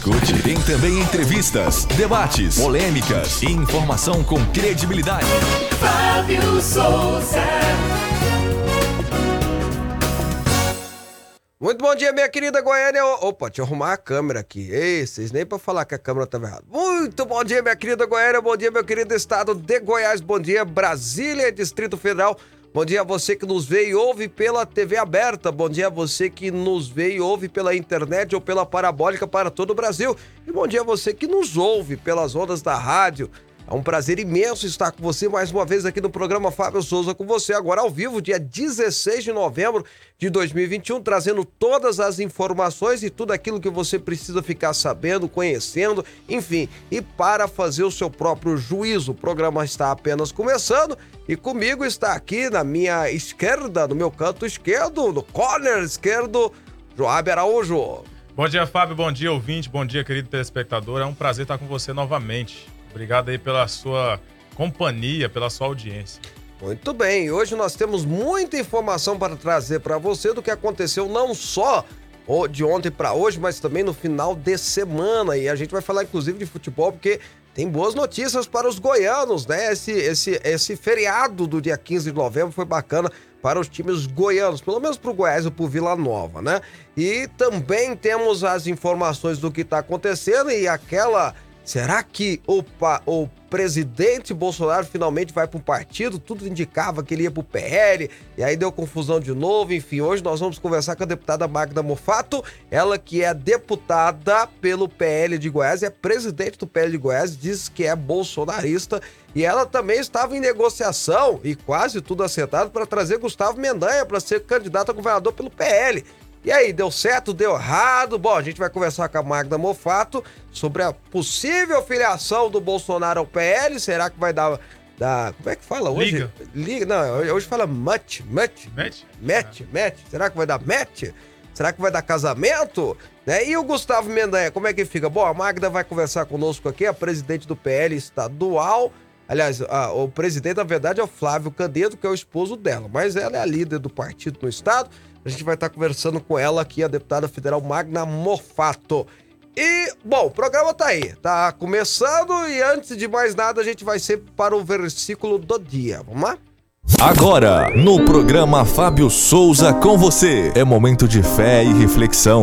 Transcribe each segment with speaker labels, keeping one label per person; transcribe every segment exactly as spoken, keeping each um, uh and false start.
Speaker 1: escute. Tem também entrevistas, debates, polêmicas e informação com credibilidade.
Speaker 2: Fábio Souza.
Speaker 3: Muito bom dia, minha querida Goiânia. Opa, deixa eu arrumar a câmera aqui. Ei, vocês nem pra falar que a câmera tava errada. Muito bom dia, minha querida Goiânia. Bom dia, meu querido estado de Goiás. Bom dia, Brasília, Distrito Federal. Bom dia a você que nos vê e ouve pela T V aberta. Bom dia a você que nos vê e ouve pela internet ou pela parabólica para todo o Brasil. E bom dia a você que nos ouve pelas ondas da rádio. É um prazer imenso estar com você mais uma vez aqui no programa Fábio Souza com você, agora ao vivo, dia dezesseis de novembro de dois mil e vinte e um, trazendo todas as informações e tudo aquilo que você precisa ficar sabendo, conhecendo, enfim, e para fazer o seu próprio juízo. O programa está apenas começando e comigo está aqui na minha esquerda, no meu canto esquerdo, no corner esquerdo, Joab Araújo.
Speaker 4: Bom dia, Fábio, bom dia, ouvinte, bom dia, querido telespectador. É um prazer estar com você novamente. Obrigado aí pela sua companhia, pela sua audiência.
Speaker 3: Muito bem, hoje nós temos muita informação para trazer para você do que aconteceu não só de ontem para hoje, mas também no final de semana. E a gente vai falar inclusive de futebol, porque tem boas notícias para os goianos, né? Esse, esse, esse feriado do dia quinze de novembro foi bacana para os times goianos, pelo menos para o Goiás e para o Vila Nova, né? E também temos as informações do que está acontecendo e aquela... Será que o, o presidente Bolsonaro finalmente vai para um partido? Tudo indicava que ele ia para o P L, e aí deu confusão de novo. Enfim, hoje nós vamos conversar com a deputada Magda Mofato, ela que é deputada pelo P L de Goiás, é presidente do P L de Goiás, diz que é bolsonarista, e ela também estava em negociação, e quase tudo acertado, para trazer Gustavo Mendanha para ser candidato a governador pelo P L. E aí, deu certo, deu errado? Bom, a gente vai conversar com a Magda Mofato sobre a possível filiação do Bolsonaro ao P L. Será que vai dar... dar como é que fala hoje?
Speaker 4: Liga.
Speaker 3: Liga. Não, hoje fala match, match.
Speaker 4: Match?
Speaker 3: Match, match. Será que vai dar match? Será que vai dar casamento? Né? E o Gustavo Mendanha, como é que fica? Bom, a Magda vai conversar conosco aqui, a presidente do P L estadual. Aliás, a, o presidente, na verdade, é o Flávio Candedo, que é o esposo dela. Mas ela é a líder do partido no estado. A gente vai estar conversando com ela aqui, a deputada federal Magda Mofato. E, bom, o programa tá aí, tá começando e antes de mais nada a gente vai ser para o versículo do dia. Vamos lá?
Speaker 1: Agora, no programa Fábio Souza com você, é momento de fé e reflexão.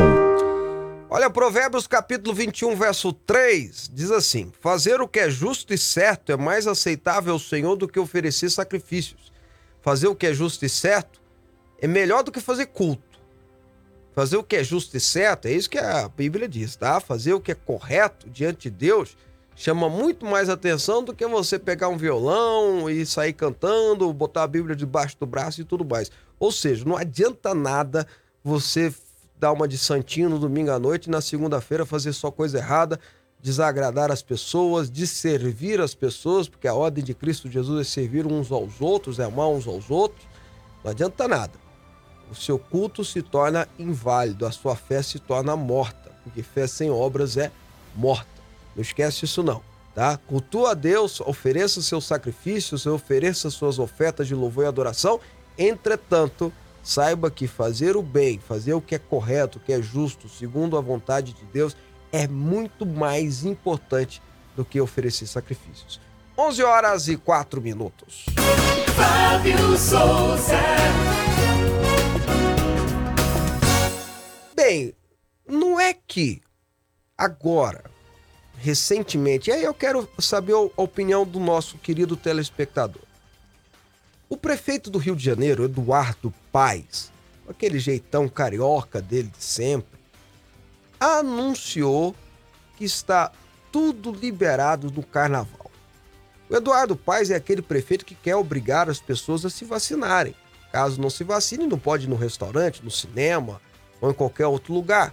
Speaker 3: Olha, Provérbios capítulo vinte e um, verso três, diz assim: fazer o que é justo e certo é mais aceitável ao Senhor do que oferecer sacrifícios. Fazer o que é justo e certo é melhor do que fazer culto. Fazer o que é justo e certo, é isso que a Bíblia diz, tá? Fazer o que é correto diante de Deus chama muito mais atenção do que você pegar um violão e sair cantando, botar a Bíblia debaixo do braço e tudo mais. Ou seja, não adianta nada você dar uma de santinho no domingo à noite e na segunda-feira fazer só coisa errada, desagradar as pessoas, desservir as pessoas, porque a ordem de Cristo Jesus é servir uns aos outros, é amar uns aos outros. Não adianta nada. O seu culto se torna inválido, a sua fé se torna morta, porque fé sem obras é morta. Não esquece isso não, tá? Cultua a Deus, ofereça seus sacrifícios, ofereça suas ofertas de louvor e adoração. Entretanto, saiba que fazer o bem, fazer o que é correto, o que é justo, segundo a vontade de Deus, é muito mais importante do que oferecer sacrifícios. onze horas e quatro minutos.
Speaker 2: Fábio Souza.
Speaker 3: Bem, não é que agora, recentemente, e aí eu quero saber a opinião do nosso querido telespectador. O prefeito do Rio de Janeiro, Eduardo Paes, com aquele jeitão carioca dele de sempre, anunciou que está tudo liberado no carnaval. O Eduardo Paes é aquele prefeito que quer obrigar as pessoas a se vacinarem. Caso não se vacine, não pode ir no restaurante, no cinema ou em qualquer outro lugar.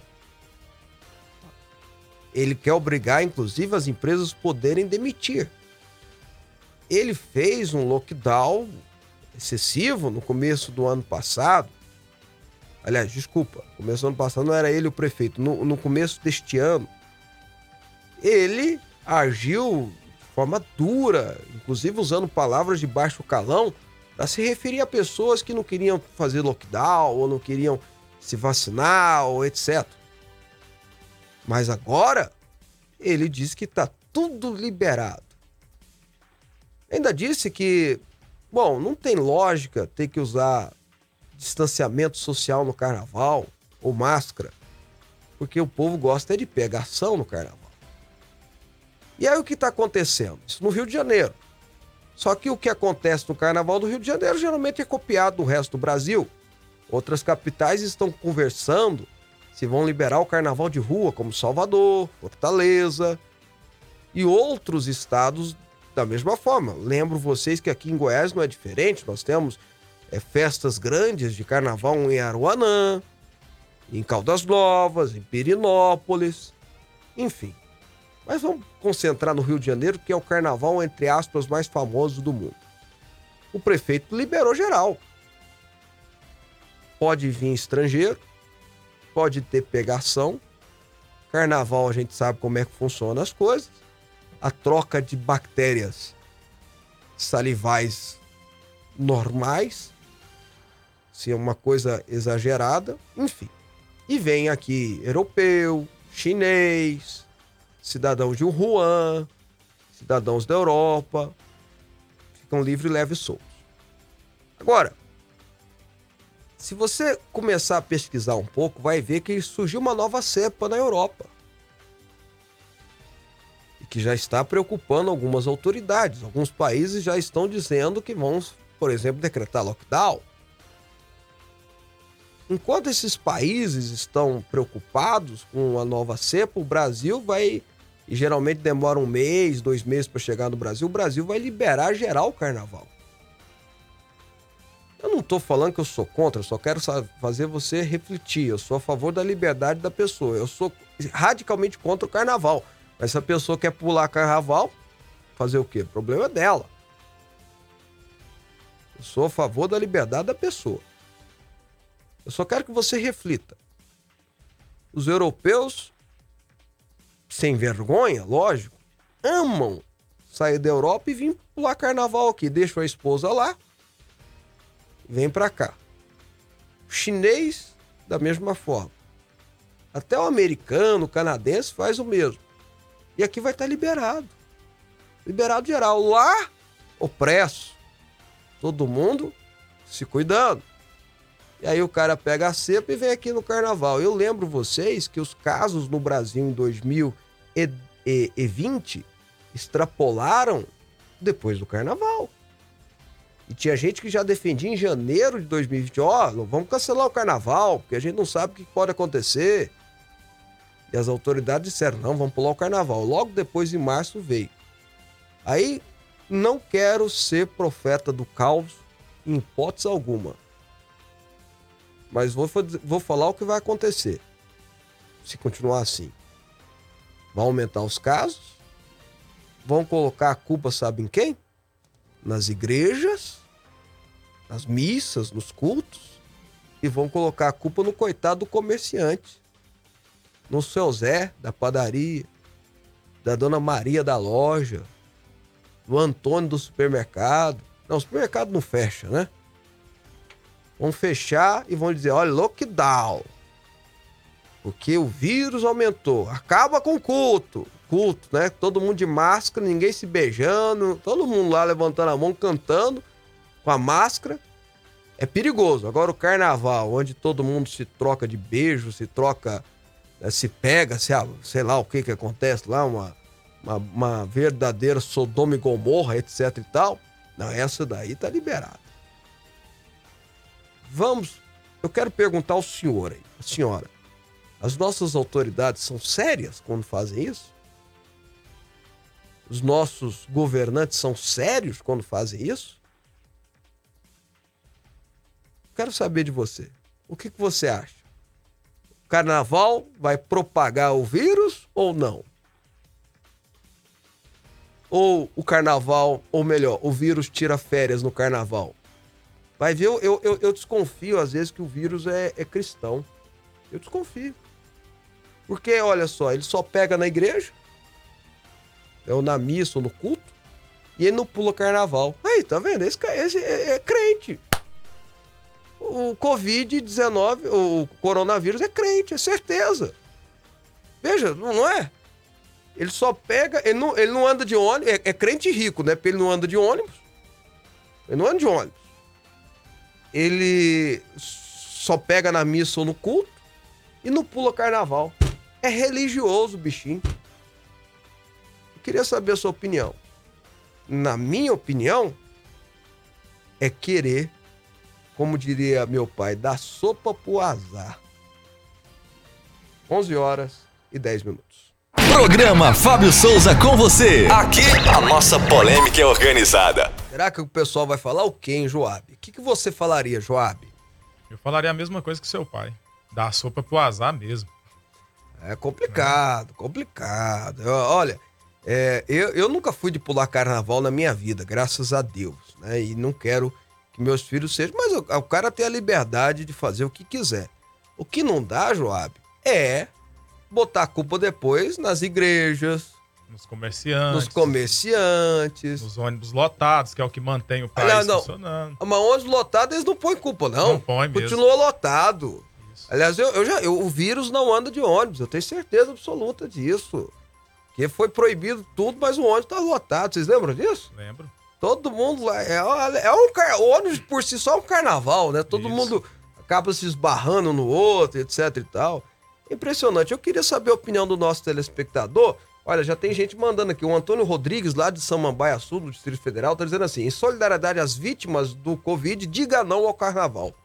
Speaker 3: Ele quer obrigar, inclusive, as empresas poderem demitir. Ele fez um lockdown excessivo no começo do ano passado. Aliás, desculpa, no começo do ano passado não era ele o prefeito. No, no começo deste ano, ele agiu de forma dura, inclusive usando palavras de baixo calão, para se referir a pessoas que não queriam fazer lockdown ou não queriam se vacinar ou etcétera. Mas agora ele disse que está tudo liberado. Ainda disse que, bom, não tem lógica ter que usar distanciamento social no carnaval ou máscara, porque o povo gosta de pegação no carnaval. E aí o que está acontecendo? Isso no Rio de Janeiro. Só que o que acontece no carnaval do Rio de Janeiro geralmente é copiado do resto do Brasil. Outras capitais estão conversando se vão liberar o carnaval de rua, como Salvador, Fortaleza e outros estados da mesma forma. Lembro vocês que aqui em Goiás não é diferente, nós temos é, festas grandes de carnaval em Aruanã, em Caldas Novas, em Pirinópolis, enfim. Mas vamos concentrar no Rio de Janeiro, que é o carnaval, entre aspas, mais famoso do mundo. O prefeito liberou geral. Pode vir estrangeiro, pode ter pegação. Carnaval, a gente sabe como é que funcionam as coisas. A troca de bactérias salivais normais, se é uma coisa exagerada, enfim. E vem aqui europeu, chinês, cidadãos de Wuhan, cidadãos da Europa, ficam livres, leves e soltos. Agora, se você começar a pesquisar um pouco, vai ver que surgiu uma nova cepa na Europa. E que já está preocupando algumas autoridades. Alguns países já estão dizendo que vão, por exemplo, decretar lockdown. Enquanto esses países estão preocupados com a nova cepa, o Brasil vai, e geralmente demora um mês, dois meses para chegar no Brasil, o Brasil vai liberar geral o carnaval. Eu não estou falando que eu sou contra, eu só quero fazer você refletir. Eu sou a favor da liberdade da pessoa. Eu sou radicalmente contra o carnaval. Mas se a pessoa quer pular carnaval, fazer o quê? O problema é dela. Eu sou a favor da liberdade da pessoa. Eu só quero que você reflita. Os europeus, sem vergonha, lógico, amam sair da Europa e vir pular carnaval aqui. Deixam a esposa lá, vem pra cá. O chinês, da mesma forma. Até o americano, o canadense faz o mesmo. E aqui vai estar liberado. Liberado geral. Lá, opresso. Todo mundo se cuidando. E aí o cara pega a cepa e vem aqui no carnaval. Eu lembro vocês que os casos no Brasil em dois mil e vinte extrapolaram depois do carnaval. E tinha gente que já defendia em janeiro de dois mil e vinte, ó, oh, vamos cancelar o carnaval, porque a gente não sabe o que pode acontecer. E as autoridades disseram, não, vamos pular o carnaval. Logo depois, em março, veio. Aí, não quero ser profeta do caos em hipótese alguma. Mas vou, vou falar o que vai acontecer se continuar assim. Vai aumentar os casos, vão colocar a culpa, sabe em quem? Nas igrejas, nas missas, nos cultos, e vão colocar a culpa no coitado do comerciante, no seu Zé da padaria, da dona Maria da loja, do Antônio do supermercado. Não, o supermercado não fecha, né? Vão fechar e vão dizer, olha, lockdown. Porque o vírus aumentou. Acaba com o culto. Culto, né? Todo mundo de máscara, ninguém se beijando, todo mundo lá levantando a mão, cantando, com a máscara. É perigoso. Agora o carnaval, onde todo mundo se troca de beijo, se troca, né, se pega, se, sei lá o que que acontece lá, uma, uma, uma verdadeira Sodoma e Gomorra, etc e tal. Não, essa daí tá liberada. Vamos, eu quero perguntar ao senhor aí, a senhora, as nossas autoridades são sérias quando fazem isso? Os nossos governantes são sérios quando fazem isso? Quero saber de você. O que, que você acha? O carnaval vai propagar o vírus ou não? Ou o carnaval, ou melhor, o vírus tira férias no carnaval? Vai ver, eu, eu, eu desconfio às vezes que o vírus é, é cristão. Eu desconfio. Porque, olha só, ele só pega na igreja, ou na missa, ou no culto, e ele não pula carnaval. Aí, tá vendo? Esse, esse é, é crente. O covid dezenove, o coronavírus é crente, é certeza. Veja, não é? Ele só pega, ele não, ele não anda de ônibus, é, é crente rico, né? Porque ele não anda de ônibus. Ele não anda de ônibus. Ele só pega na missa ou no culto e não pula carnaval. É religioso, bichinho. Eu queria saber a sua opinião. Na minha opinião, é querer, como diria meu pai, dar sopa pro azar. onze horas e dez minutos.
Speaker 1: Programa Fábio Souza com você. Aqui a nossa polêmica é organizada.
Speaker 3: Será que o pessoal vai falar o quê, hein, Joab? O que, que você falaria, Joab?
Speaker 4: Eu falaria a mesma coisa que seu pai. Dar sopa pro azar mesmo.
Speaker 3: É complicado, complicado. Eu- Olha, é, eu, eu nunca fui de pular carnaval na minha vida, graças a Deus, né? E não quero que meus filhos sejam, mas o, o cara tem a liberdade de fazer o que quiser. O que não dá, Joab, é botar a culpa depois nas igrejas,
Speaker 4: Nos comerciantes.
Speaker 3: nos comerciantes.
Speaker 4: Nos ônibus lotados, que é o que mantém o país
Speaker 3: Aliás, não.
Speaker 4: funcionando.
Speaker 3: Mas onde lotado, eles não põem culpa, não.
Speaker 4: Não põe mesmo.
Speaker 3: Continua lotado.
Speaker 4: Isso.
Speaker 3: Aliás, eu, eu já, eu- o vírus não anda de ônibus, eu tenho certeza absoluta disso. Que foi proibido tudo, mas o ônibus tá lotado. Vocês lembram disso?
Speaker 4: Lembro.
Speaker 3: Todo mundo lá. É, é um car... O ônibus por si só é um carnaval, né? Todo
Speaker 4: Isso.
Speaker 3: mundo acaba se esbarrando no outro, etc e tal. Impressionante. Eu queria saber a opinião do nosso telespectador. Olha, já tem gente mandando aqui. O Antônio Rodrigues, lá de Samambaia Sul, do Distrito Federal, tá dizendo assim: em solidariedade às vítimas do Covid, diga não ao carnaval.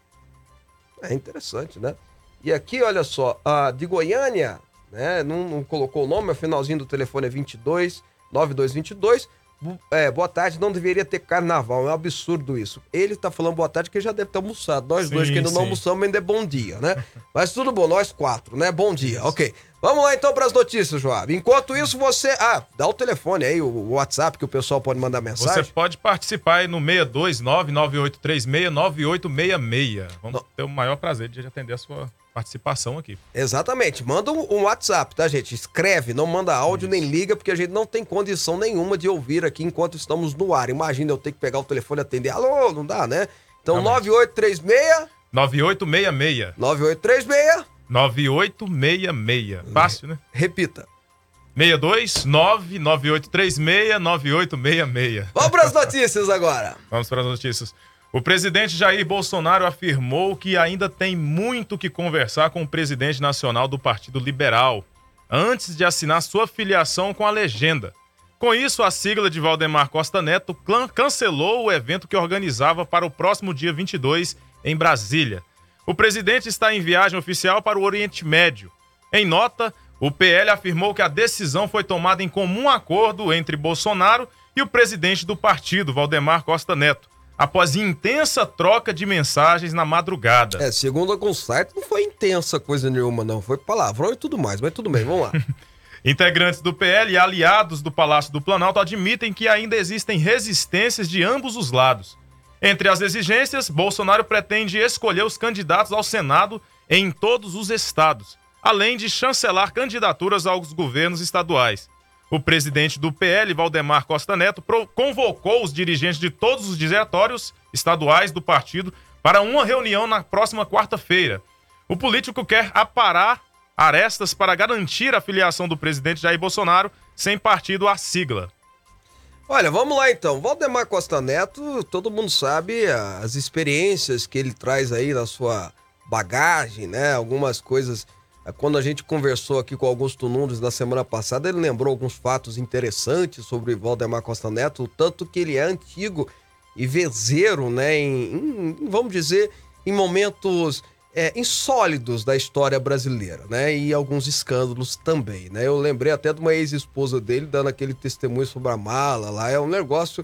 Speaker 3: É interessante, né? E aqui, olha só, a de Goiânia, né? Não, não colocou o nome, o finalzinho do telefone é vinte e dois, nove dois dois dois. Bu- É, boa tarde, não deveria ter carnaval, é um absurdo isso. Ele tá falando boa tarde porque já deve ter almoçado. Nós
Speaker 4: Sim,
Speaker 3: dois que ainda não
Speaker 4: sim.
Speaker 3: almoçamos ainda é bom dia, né? Mas tudo bom, nós quatro, né? Bom dia, ok. Vamos lá então para as notícias, Joab. Enquanto isso, você... Ah, dá o telefone aí, o WhatsApp que o pessoal pode mandar mensagem.
Speaker 4: Você pode participar aí no seis dois nove, nove oito três seis, nove oito seis seis. Vamos ter o maior prazer de atender a sua participação aqui.
Speaker 3: Exatamente. Manda um, um WhatsApp, tá, gente? Escreve, não manda áudio nem liga, porque a gente não tem condição nenhuma de ouvir aqui enquanto estamos no ar. Imagina eu ter que pegar o telefone e atender. Alô, não dá, né? Então,
Speaker 4: Realmente.
Speaker 3: nove oito três seis,
Speaker 4: nove oito seis seis.
Speaker 3: nove oito três seis,
Speaker 4: nove oito seis seis. Fácil, né?
Speaker 3: repita.
Speaker 4: seis dois nove, nove oito três seis, nove oito seis seis.
Speaker 3: Vamos para as notícias agora.
Speaker 4: Vamos para as notícias. O presidente Jair Bolsonaro afirmou que ainda tem muito que conversar com o presidente nacional do Partido Liberal, antes de assinar sua filiação com a legenda. Com isso, a sigla de Valdemar Costa Neto clan- cancelou o evento que organizava para o próximo dia vinte e dois, em Brasília. O presidente está em viagem oficial para o Oriente Médio. Em nota, o P L afirmou que a decisão foi tomada em comum acordo entre Bolsonaro e o presidente do partido, Valdemar Costa Neto, após intensa troca de mensagens na madrugada.
Speaker 3: É, segundo a Consart, não foi intensa coisa nenhuma, não. Foi palavrão e tudo mais, mas tudo bem, vamos lá.
Speaker 4: Integrantes do P L e aliados do Palácio do Planalto admitem que ainda existem resistências de ambos os lados. Entre as exigências, Bolsonaro pretende escolher os candidatos ao Senado em todos os estados, além de chancelar candidaturas aos governos estaduais. O presidente do P L, Valdemar Costa Neto, pro- convocou os dirigentes de todos os diretórios estaduais do partido para uma reunião na próxima quarta-feira. O político quer aparar arestas para garantir a filiação do presidente Jair Bolsonaro sem partido à sigla.
Speaker 3: Olha, vamos lá então. Valdemar Costa Neto, todo mundo sabe as experiências que ele traz aí na sua bagagem, né? Algumas coisas. Quando a gente conversou aqui com o Augusto Nunes na semana passada, ele lembrou alguns fatos interessantes sobre Valdemar Costa Neto, o tanto que ele é antigo e vezeiro, né? Em, em, vamos dizer, em momentos é, insólidos da história brasileira, né? E alguns escândalos também, né? Eu lembrei até de uma ex-esposa dele dando aquele testemunho sobre a mala lá, é um negócio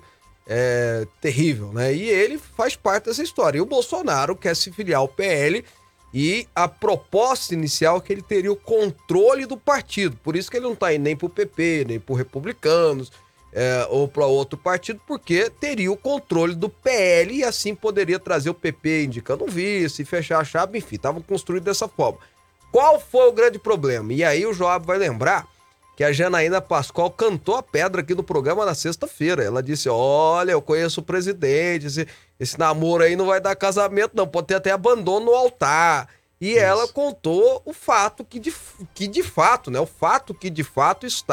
Speaker 3: é, terrível, né? E ele faz parte dessa história. E o Bolsonaro quer se filiar ao P L e a proposta inicial é que ele teria o controle do partido. Por isso que ele não está indo nem para o P P, nem para os republicanos, é, ou para outro partido, porque teria o controle do P L e assim poderia trazer o P P indicando um vice, fechar a chave, enfim, estavam construídos dessa forma. Qual foi o grande problema? E aí o Joab vai lembrar que a Janaína Pascoal cantou a pedra aqui no programa na sexta-feira. Ela disse, olha, eu conheço o presidente, esse, esse namoro aí não vai dar casamento não, pode ter até abandono no altar. E ela contou o fato que de, que de fato, né, o fato que de fato está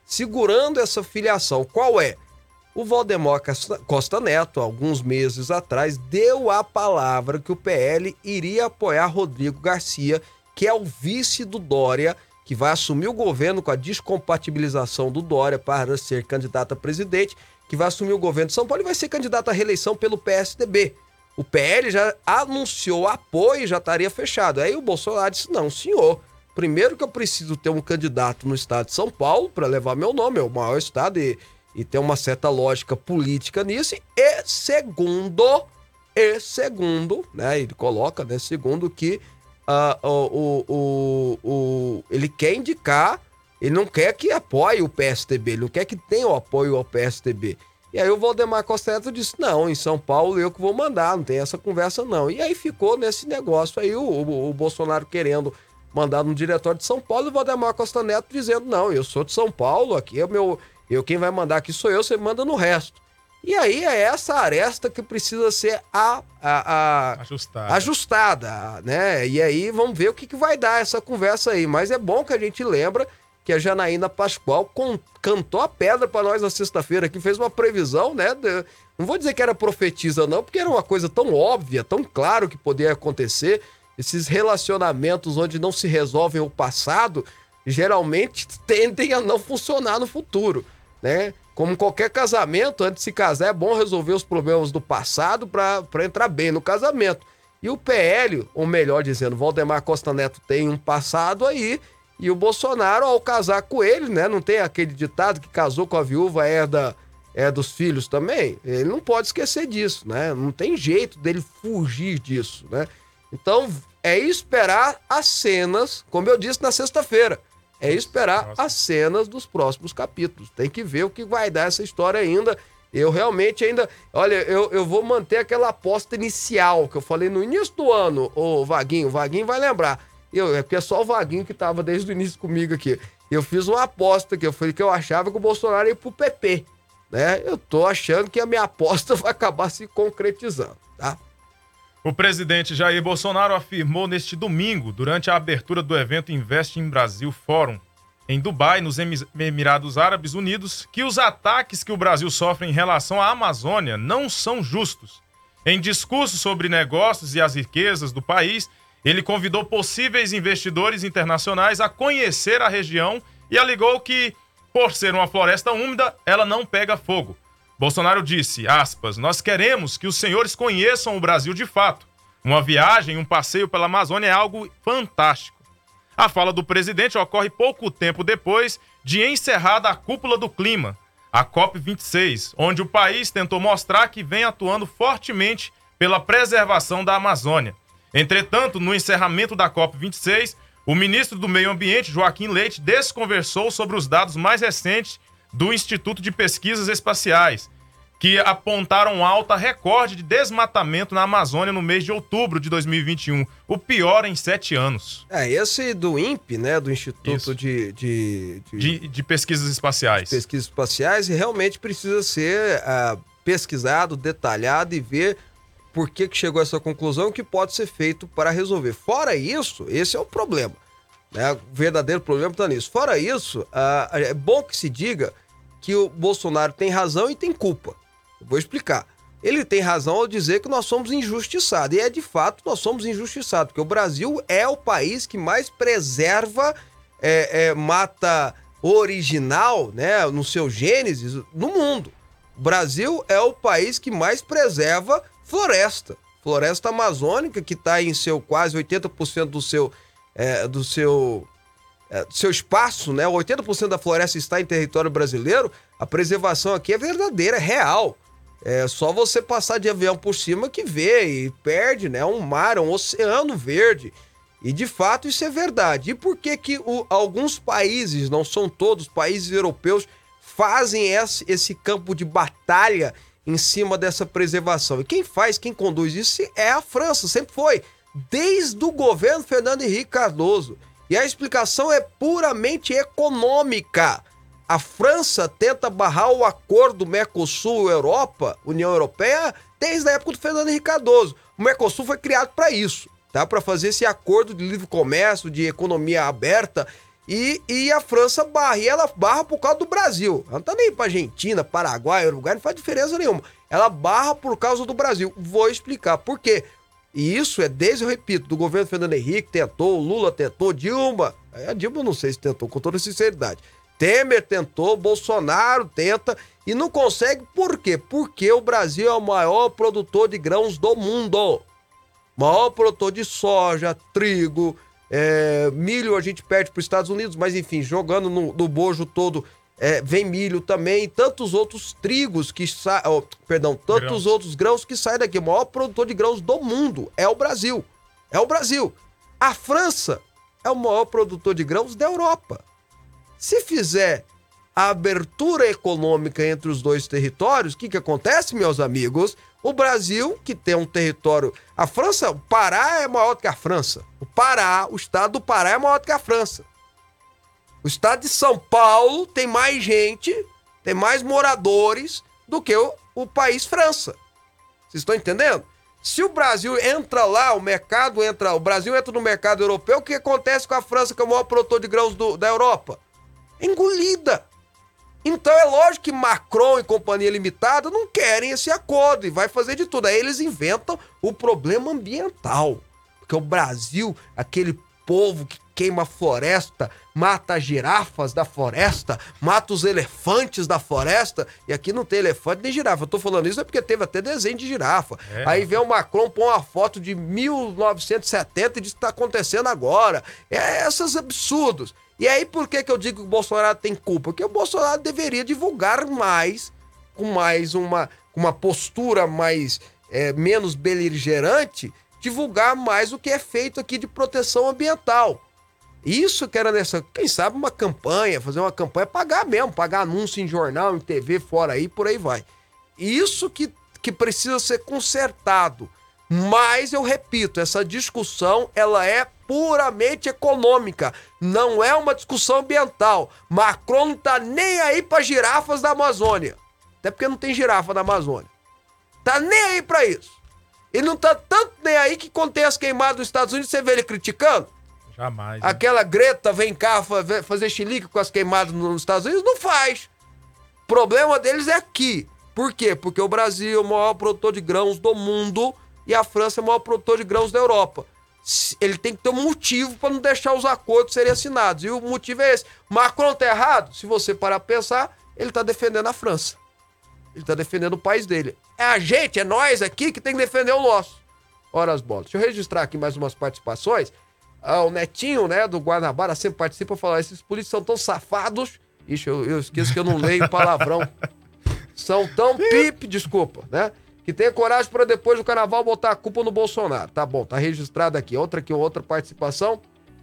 Speaker 3: segurando essa filiação. Qual é? O Valdemar Costa Neto, alguns meses atrás, deu a palavra que o P L iria apoiar Rodrigo Garcia, que é o vice do Dória, que vai assumir o governo com a descompatibilização do Dória para ser candidato a presidente, que vai assumir o governo de São Paulo e vai ser candidato à reeleição pelo P S D B. O P L já anunciou apoio e já estaria fechado. Aí o Bolsonaro disse, não, senhor, primeiro que eu preciso ter um candidato no estado de São Paulo para levar meu nome, é o maior estado e, e tem uma certa lógica política nisso. E segundo, e segundo, né, ele coloca, né, segundo que uh, o, o, o, o, ele quer indicar, ele não quer que apoie o P S D B, ele não quer que tenha o apoio ao P S D B. E aí o Valdemar Costa Neto disse, não, em São Paulo eu que vou mandar, não tem essa conversa não. E aí ficou nesse negócio aí, o, o, o Bolsonaro querendo mandar no diretório de São Paulo e o Valdemar Costa Neto dizendo, não, eu sou de São Paulo, aqui é o meu, eu, quem vai mandar aqui sou eu, você manda no resto. E aí é essa aresta que precisa ser a, a, a,
Speaker 4: ajustada.
Speaker 3: ajustada, né? E aí vamos ver o que, que vai dar essa conversa aí. Mas é bom que a gente lembra que a Janaína Pascoal com, cantou a pedra para nós na sexta-feira aqui, fez uma previsão, né? De, não vou dizer que era profetisa não, porque era uma coisa tão óbvia, tão claro que poderia acontecer. Esses relacionamentos onde não se resolvem o passado, geralmente tendem a não funcionar no futuro, né? Como qualquer casamento, antes de se casar é bom resolver os problemas do passado para entrar bem no casamento. E o P L, ou melhor dizendo, Valdemar Costa Neto tem um passado aí, e o Bolsonaro, ao casar com ele, né? Não tem aquele ditado que casou com a viúva herda, é dos filhos também? Ele não pode esquecer disso, né? Não tem jeito dele fugir disso, né? Então, é esperar as cenas, como eu disse na sexta-feira, é esperar Nossa. as cenas dos próximos capítulos. Tem que ver o que vai dar essa história ainda. Eu realmente ainda... Olha, eu, eu vou manter aquela aposta inicial que eu falei no início do ano, ô Vaguinho, o Vaguinho vai lembrar. Eu, é porque é só o Vaguinho que tava desde o início comigo aqui. Eu fiz uma aposta que eu falei que eu achava que o Bolsonaro ia pro P P, né? Eu tô achando que a minha aposta vai acabar se concretizando, tá?
Speaker 4: O presidente Jair Bolsonaro afirmou neste domingo, durante a abertura do evento Invest in Brasil Forum, em Dubai, nos Emirados Árabes Unidos, que os ataques que o Brasil sofre em relação à Amazônia não são justos. Em discurso sobre negócios e as riquezas do país, ele convidou possíveis investidores internacionais a conhecer a região e alegou que, por ser uma floresta úmida, ela não pega fogo. Bolsonaro disse, aspas, nós queremos que os senhores conheçam o Brasil de fato. Uma viagem, um passeio pela Amazônia é algo fantástico. A fala do presidente ocorre pouco tempo depois de encerrada a cúpula do clima, a COP vinte e seis, onde o país tentou mostrar que vem atuando fortemente pela preservação da Amazônia. Entretanto, no encerramento da COP vinte e seis, o ministro do Meio Ambiente, Joaquim Leite, desconversou sobre os dados mais recentes do Instituto de Pesquisas Espaciais, que apontaram alta recorde de desmatamento na Amazônia no mês de outubro de dois mil e vinte e um, o pior em sete anos.
Speaker 3: É, esse do INPE, né, do Instituto de de,
Speaker 4: de... De, de Pesquisas Espaciais.
Speaker 3: De pesquisas Espaciais, realmente precisa ser uh, pesquisado, detalhado e ver por que, que chegou a essa conclusão, o que pode ser feito para resolver. Fora isso, esse é o problema, né? O verdadeiro problema está nisso. Fora isso, uh, é bom que se diga que o Bolsonaro tem razão e tem culpa. Eu vou explicar. Ele tem razão ao dizer que nós somos injustiçados. E é de fato, nós somos injustiçados, porque o Brasil é o país que mais preserva é, é, mata original, né, no seu gênesis, no mundo. O Brasil é o país que mais preserva floresta. Floresta amazônica, que está em seu quase oitenta por cento do seu, é, do seu, é, do seu espaço, né? oitenta por cento da floresta está em território brasileiro. A preservação aqui é verdadeira, é real. É só você passar de avião por cima que vê e perde, né? Um mar, um oceano verde. E de fato isso é verdade. E por que que o, alguns países, não são todos, países europeus, fazem esse, esse campo de batalha em cima dessa preservação? E quem faz, quem conduz isso é a França, sempre foi, desde o governo Fernando Henrique Cardoso. E a explicação é puramente econômica. A França tenta barrar o acordo Mercosul-Europa, União Europeia, desde a época do Fernando Henrique Cardoso. O Mercosul foi criado para isso, tá? Para fazer esse acordo de livre comércio, de economia aberta. E, e a França barra, e ela barra por causa do Brasil. Ela não tá nem aí pra Argentina, Paraguai, Uruguai, não faz diferença nenhuma. Ela barra por causa do Brasil. Vou explicar por quê. E isso é desde, eu repito, do governo Fernando Henrique, tentou, Lula tentou, Dilma. A Dilma eu não sei se tentou, com toda sinceridade. Temer tentou, Bolsonaro tenta e não consegue. Por quê? Porque o Brasil é o maior produtor de grãos do mundo. Maior produtor de soja, trigo, é, milho a gente perde para os Estados Unidos, mas enfim, jogando no, no bojo todo, é, vem milho também, e tantos outros trigos que saem, oh, perdão, tantos grãos. outros grãos que saem daqui. O maior produtor de grãos do mundo é o Brasil. É o Brasil. A França é o maior produtor de grãos da Europa. Se fizer a abertura econômica entre os dois territórios, o que que acontece, meus amigos? O Brasil, que tem um território... A França, o Pará é maior do que a França. O Pará, o estado do Pará é maior do que a França. O estado de São Paulo tem mais gente, tem mais moradores do que o, o país França. Vocês estão entendendo? Se o Brasil entra lá, o mercado entra... O Brasil entra no mercado europeu, o que acontece com a França, que é o maior produtor de grãos do, da Europa? Engolida. Então é lógico que Macron e Companhia Limitada não querem esse acordo e vai fazer de tudo. Aí eles inventam o problema ambiental. Porque o Brasil, aquele povo que queima a floresta, mata as girafas da floresta, mata os elefantes da floresta, e aqui não tem elefante nem girafa. Eu tô falando isso é porque teve até desenho de girafa. É. Aí vem o Macron, põe uma foto de mil novecentos e setenta e diz que tá acontecendo agora. É esses absurdos. E aí, por que que eu digo que o Bolsonaro tem culpa? Porque o Bolsonaro deveria divulgar mais, com mais uma, uma postura mais, é, menos beligerante, divulgar mais o que é feito aqui de proteção ambiental. Isso que era nessa, quem sabe, uma campanha, fazer uma campanha, pagar mesmo, pagar anúncio em jornal, em T V, fora aí, por aí vai. Isso que, que precisa ser consertado. Mas, eu repito, essa discussão, ela é puramente econômica, não é uma discussão ambiental. Macron não tá nem aí para girafas da Amazônia, até porque não tem girafa na Amazônia. Tá nem aí para isso. Ele não tá tanto nem aí que quando tem as queimadas dos Estados Unidos, você vê ele criticando?
Speaker 4: Jamais. Né?
Speaker 3: Aquela Greta vem cá fazer chilique com as queimadas nos Estados Unidos? Não faz. O problema deles é aqui. Por quê? Porque o Brasil é o maior produtor de grãos do mundo e a França é o maior produtor de grãos da Europa. Ele tem que ter um motivo para não deixar os acordos serem assinados. E o motivo é esse. Macron tá errado? Se você parar pra pensar, ele tá defendendo a França. Ele tá defendendo o país dele. É a gente, é nós aqui que tem que defender o nosso. Ora as bolas. Deixa eu registrar aqui mais umas participações. Ah, o Netinho, né, do Guanabara, sempre participa e fala: esses políticos são tão safados. Ixi, eu, eu esqueço que eu não leio palavrão. São tão pipe, desculpa, né? Que tenha coragem para depois do carnaval botar a culpa no Bolsonaro. Tá bom, tá registrado aqui. Outra aqui, outra participação.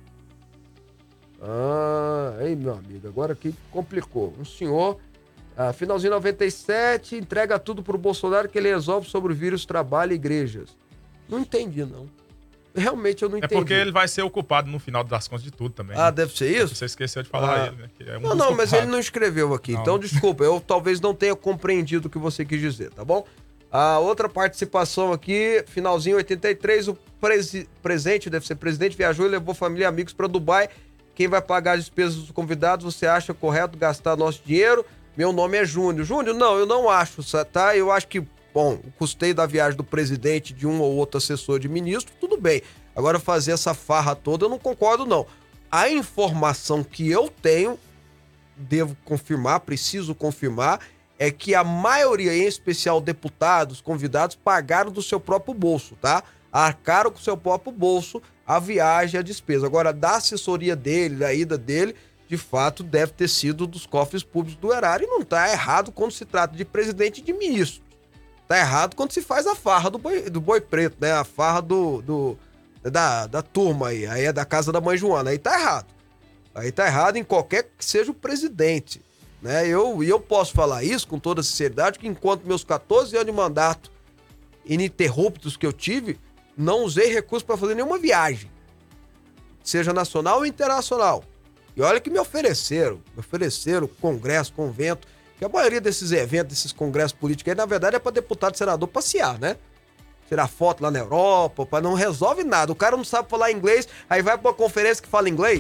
Speaker 3: Ah, aí, meu amigo, agora aqui complicou. Um senhor, ah, finalzinho noventa e sete, entrega tudo pro Bolsonaro que ele resolve sobre o vírus, trabalho e igrejas. Não entendi, não. Realmente eu não entendi.
Speaker 4: É porque ele vai ser o culpado no final das contas de tudo também.
Speaker 3: Ah,
Speaker 4: né?
Speaker 3: deve ser isso?
Speaker 4: Você esqueceu de falar
Speaker 3: ah.
Speaker 4: ele, né? Que é um
Speaker 3: não, não, mas
Speaker 4: culpados.
Speaker 3: ele não escreveu aqui. Não. Então, desculpa, eu talvez não tenha compreendido o que você quis dizer, tá bom? A outra participação aqui, finalzinho oitenta e três, o presi- presente, deve ser presidente, viajou e levou família e amigos para Dubai. Quem vai pagar as despesas dos convidados? Você acha correto gastar nosso dinheiro? Meu nome é Júnior. Júnior, não, eu não acho, tá? Eu acho que, bom, o custeio da viagem do presidente, de um ou outro assessor de ministro, tudo bem. Agora, fazer essa farra toda, eu não concordo, não. A informação que eu tenho, devo confirmar, preciso confirmar, é que a maioria, em especial deputados, convidados, pagaram do seu próprio bolso, tá? Arcaram com o seu próprio bolso a viagem, a despesa. Agora, da assessoria dele, da ida dele, de fato, deve ter sido dos cofres públicos do erário. E não tá errado quando se trata de presidente e de ministro. Tá errado quando se faz a farra do boi, do boi preto, né? A farra do, do, da, da turma aí. Aí é da casa da mãe Joana. Aí tá errado. Aí tá errado em qualquer que seja o presidente. Né? Eu, e eu posso falar isso com toda sinceridade, que enquanto meus catorze anos de mandato ininterruptos que eu tive, não usei recursos para fazer nenhuma viagem, seja nacional ou internacional. E olha que me ofereceram, me ofereceram congresso, convento, que a maioria desses eventos, desses congressos políticos aí, na verdade é para deputado e senador passear, né? Tirar foto lá na Europa, para não resolve nada. O cara não sabe falar inglês, aí vai para uma conferência que fala inglês.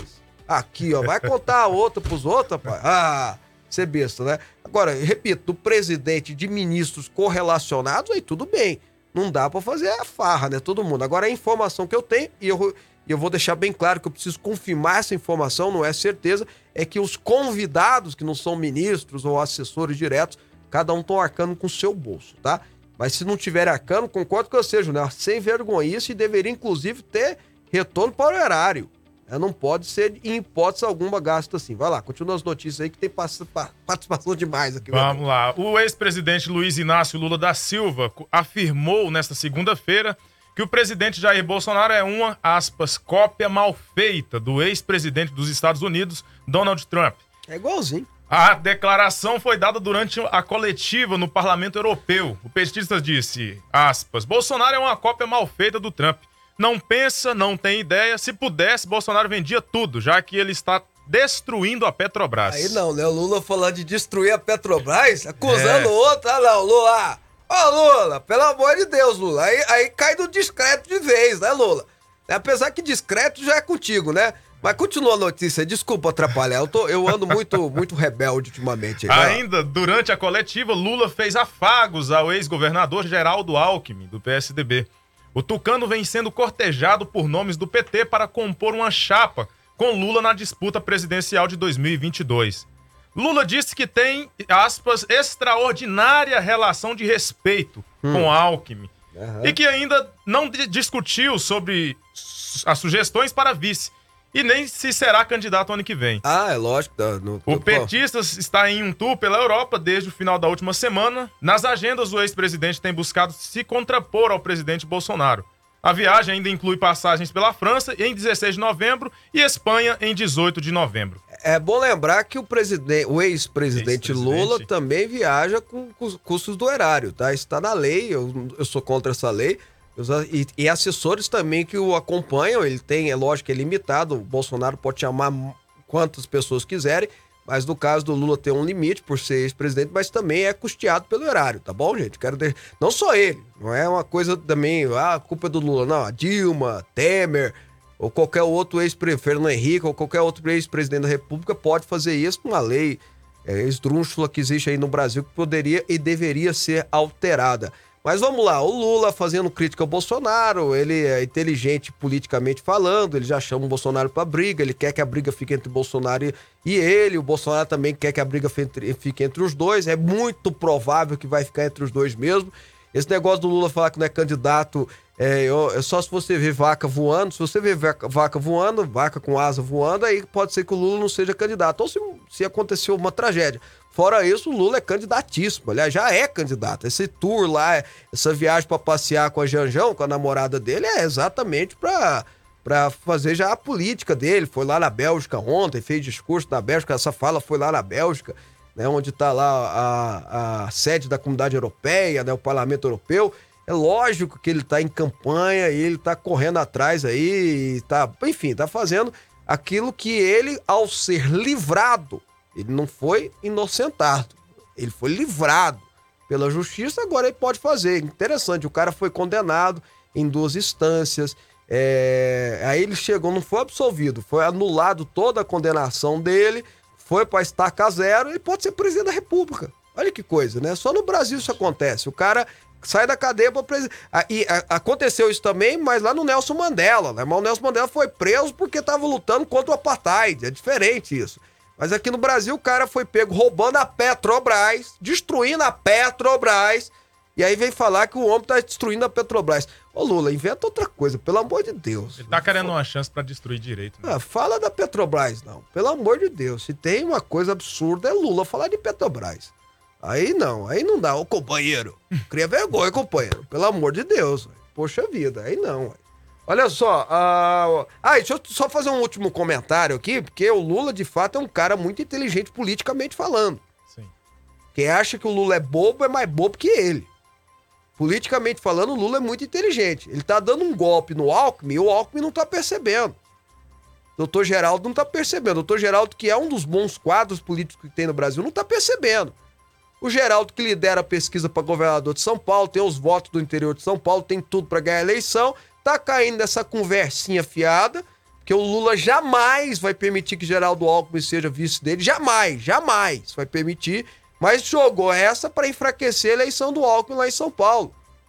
Speaker 3: Aqui, ó, vai contar a outra pros outros, rapaz. Ah, ser besta, né? Agora, repito, do presidente de ministros correlacionados, aí tudo bem. Não dá pra fazer a farra, né? Todo mundo. Agora, a informação que eu tenho, e eu, e eu vou deixar bem claro que eu preciso confirmar essa informação, não é certeza, é que os convidados, que não são ministros ou assessores diretos, cada um estão arcando com o seu bolso, tá? Mas se não tiver arcando, concordo com você, Júnior, sem vergonhice e deveria, inclusive, ter retorno para o erário. É, não pode ser, em hipótese alguma, gasto assim. Vai lá, continua as notícias aí que tem participação demais aqui.
Speaker 4: Vamos lá. O ex-presidente Luiz Inácio Lula da Silva afirmou nesta segunda-feira que o presidente Jair Bolsonaro é uma, aspas, cópia mal feita do ex-presidente dos Estados Unidos, Donald Trump.
Speaker 3: É igualzinho.
Speaker 4: A declaração foi dada durante a coletiva no Parlamento Europeu. O petista disse, aspas, Bolsonaro é uma cópia mal feita do Trump. Não pensa, não tem ideia. Se pudesse, Bolsonaro vendia tudo, já que ele está destruindo a Petrobras.
Speaker 3: Aí não, né? O Lula falando de destruir a Petrobras, acusando o é. outro. Ah, não, Lula. Ô, oh, Lula, pelo amor de Deus, Lula. Aí, aí cai do discreto de vez, né, Lula? Apesar que discreto já é contigo, né? Mas continua a notícia, desculpa atrapalhar, eu, tô, eu ando muito, muito rebelde ultimamente. Aí,
Speaker 4: Ainda durante a coletiva, Lula fez afagos ao ex-governador Geraldo Alckmin, do P S D B. O tucano vem sendo cortejado por nomes do P T para compor uma chapa com Lula na disputa presidencial de dois mil e vinte e dois. Lula disse que tem, aspas, extraordinária relação de respeito hum. com Alckmin uhum. e que ainda não discutiu sobre as sugestões para vice e nem se será candidato ano que vem.
Speaker 3: Ah, é lógico. No,
Speaker 4: o petista está em um tour pela Europa desde o final da última semana. Nas agendas, o ex-presidente tem buscado se contrapor ao presidente Bolsonaro. A viagem ainda inclui passagens pela França em dezesseis de novembro e Espanha em dezoito de novembro.
Speaker 3: É bom lembrar que o, presidente, o ex-presidente ex Lula também viaja com, com os custos do erário, tá? Isso está na lei, eu, eu sou contra essa lei. E, e assessores também que o acompanham, ele tem, é lógico que é limitado, o Bolsonaro pode chamar quantas pessoas quiserem, mas no caso do Lula tem um limite por ser ex-presidente, mas também é custeado pelo erário, tá bom, gente? Quero ter... Não só ele, não é uma coisa também, ah, a culpa é do Lula, não, a Dilma, Temer, ou qualquer outro ex-presidente, Fernando Henrique, ou qualquer outro ex-presidente da República pode fazer isso com uma lei é, esdrúxula que existe aí no Brasil, que poderia e deveria ser alterada. Mas vamos lá, o Lula fazendo crítica ao Bolsonaro, ele é inteligente politicamente falando, ele já chama o Bolsonaro pra briga, ele quer que a briga fique entre o Bolsonaro e ele, o Bolsonaro também quer que a briga fique entre os dois, é muito provável que vai ficar entre os dois mesmo. Esse negócio do Lula falar que não é candidato, é, é só se você ver vaca voando, se você ver vaca, vaca voando, vaca com asa voando, aí pode ser que o Lula não seja candidato, ou se, se aconteceu uma tragédia. Fora isso, o Lula é candidatíssimo, aliás, já é candidato. Esse tour lá, essa viagem para passear com a Janjão, com a namorada dele, é exatamente para para fazer já a política dele. Foi lá na Bélgica ontem, fez discurso na Bélgica, essa fala foi lá na Bélgica, né, onde está lá a, a sede da Comunidade Europeia, né, o Parlamento Europeu. É lógico que ele está em campanha e ele está correndo atrás aí, tá, enfim, está fazendo aquilo que ele, ao ser livrado, ele não foi inocentado, ele foi livrado pela justiça, agora ele pode fazer. Interessante, o cara foi condenado em duas instâncias, é... aí ele chegou, não foi absolvido, foi anulado toda a condenação dele, foi para estaca zero, ele pode ser presidente da República. Olha que coisa, né? Só no Brasil isso acontece, o cara sai da cadeia para presidente. E aconteceu isso também, mas lá no Nelson Mandela, né? Mas o Nelson Mandela foi preso porque estava lutando contra o apartheid, é diferente isso. Mas aqui no Brasil o cara foi pego roubando a Petrobras, destruindo a Petrobras, e aí vem falar que o homem tá destruindo a Petrobras. Ô Lula, inventa outra coisa, pelo amor de Deus.
Speaker 4: Ele tá querendo uma chance pra destruir direito. Né?
Speaker 3: Ah, fala da Petrobras, não. Pelo amor de Deus, se tem uma coisa absurda é Lula falar de Petrobras. Aí não, aí não dá. Ô companheiro, cria vergonha, companheiro. Pelo amor de Deus. Poxa vida, aí não. Olha só, uh... ah, deixa eu só fazer um último comentário aqui, porque o Lula, de fato, é um cara muito inteligente politicamente falando.
Speaker 4: Sim.
Speaker 3: Quem acha que o Lula é bobo é mais bobo que ele. Politicamente falando, o Lula é muito inteligente. Ele tá dando um golpe no Alckmin e o Alckmin não tá percebendo. Doutor Geraldo não tá percebendo. Doutor Geraldo, que é um dos bons quadros políticos que tem no Brasil, não tá percebendo. O Geraldo, que lidera a pesquisa para governador de São Paulo, tem os votos do interior de São Paulo, tem tudo para ganhar a eleição, tá caindo nessa conversinha fiada, Porque o Lula jamais vai permitir que Geraldo Alckmin seja vice dele. Jamais, jamais vai permitir. Mas jogou essa para enfraquecer a eleição do Alckmin lá em São Paulo.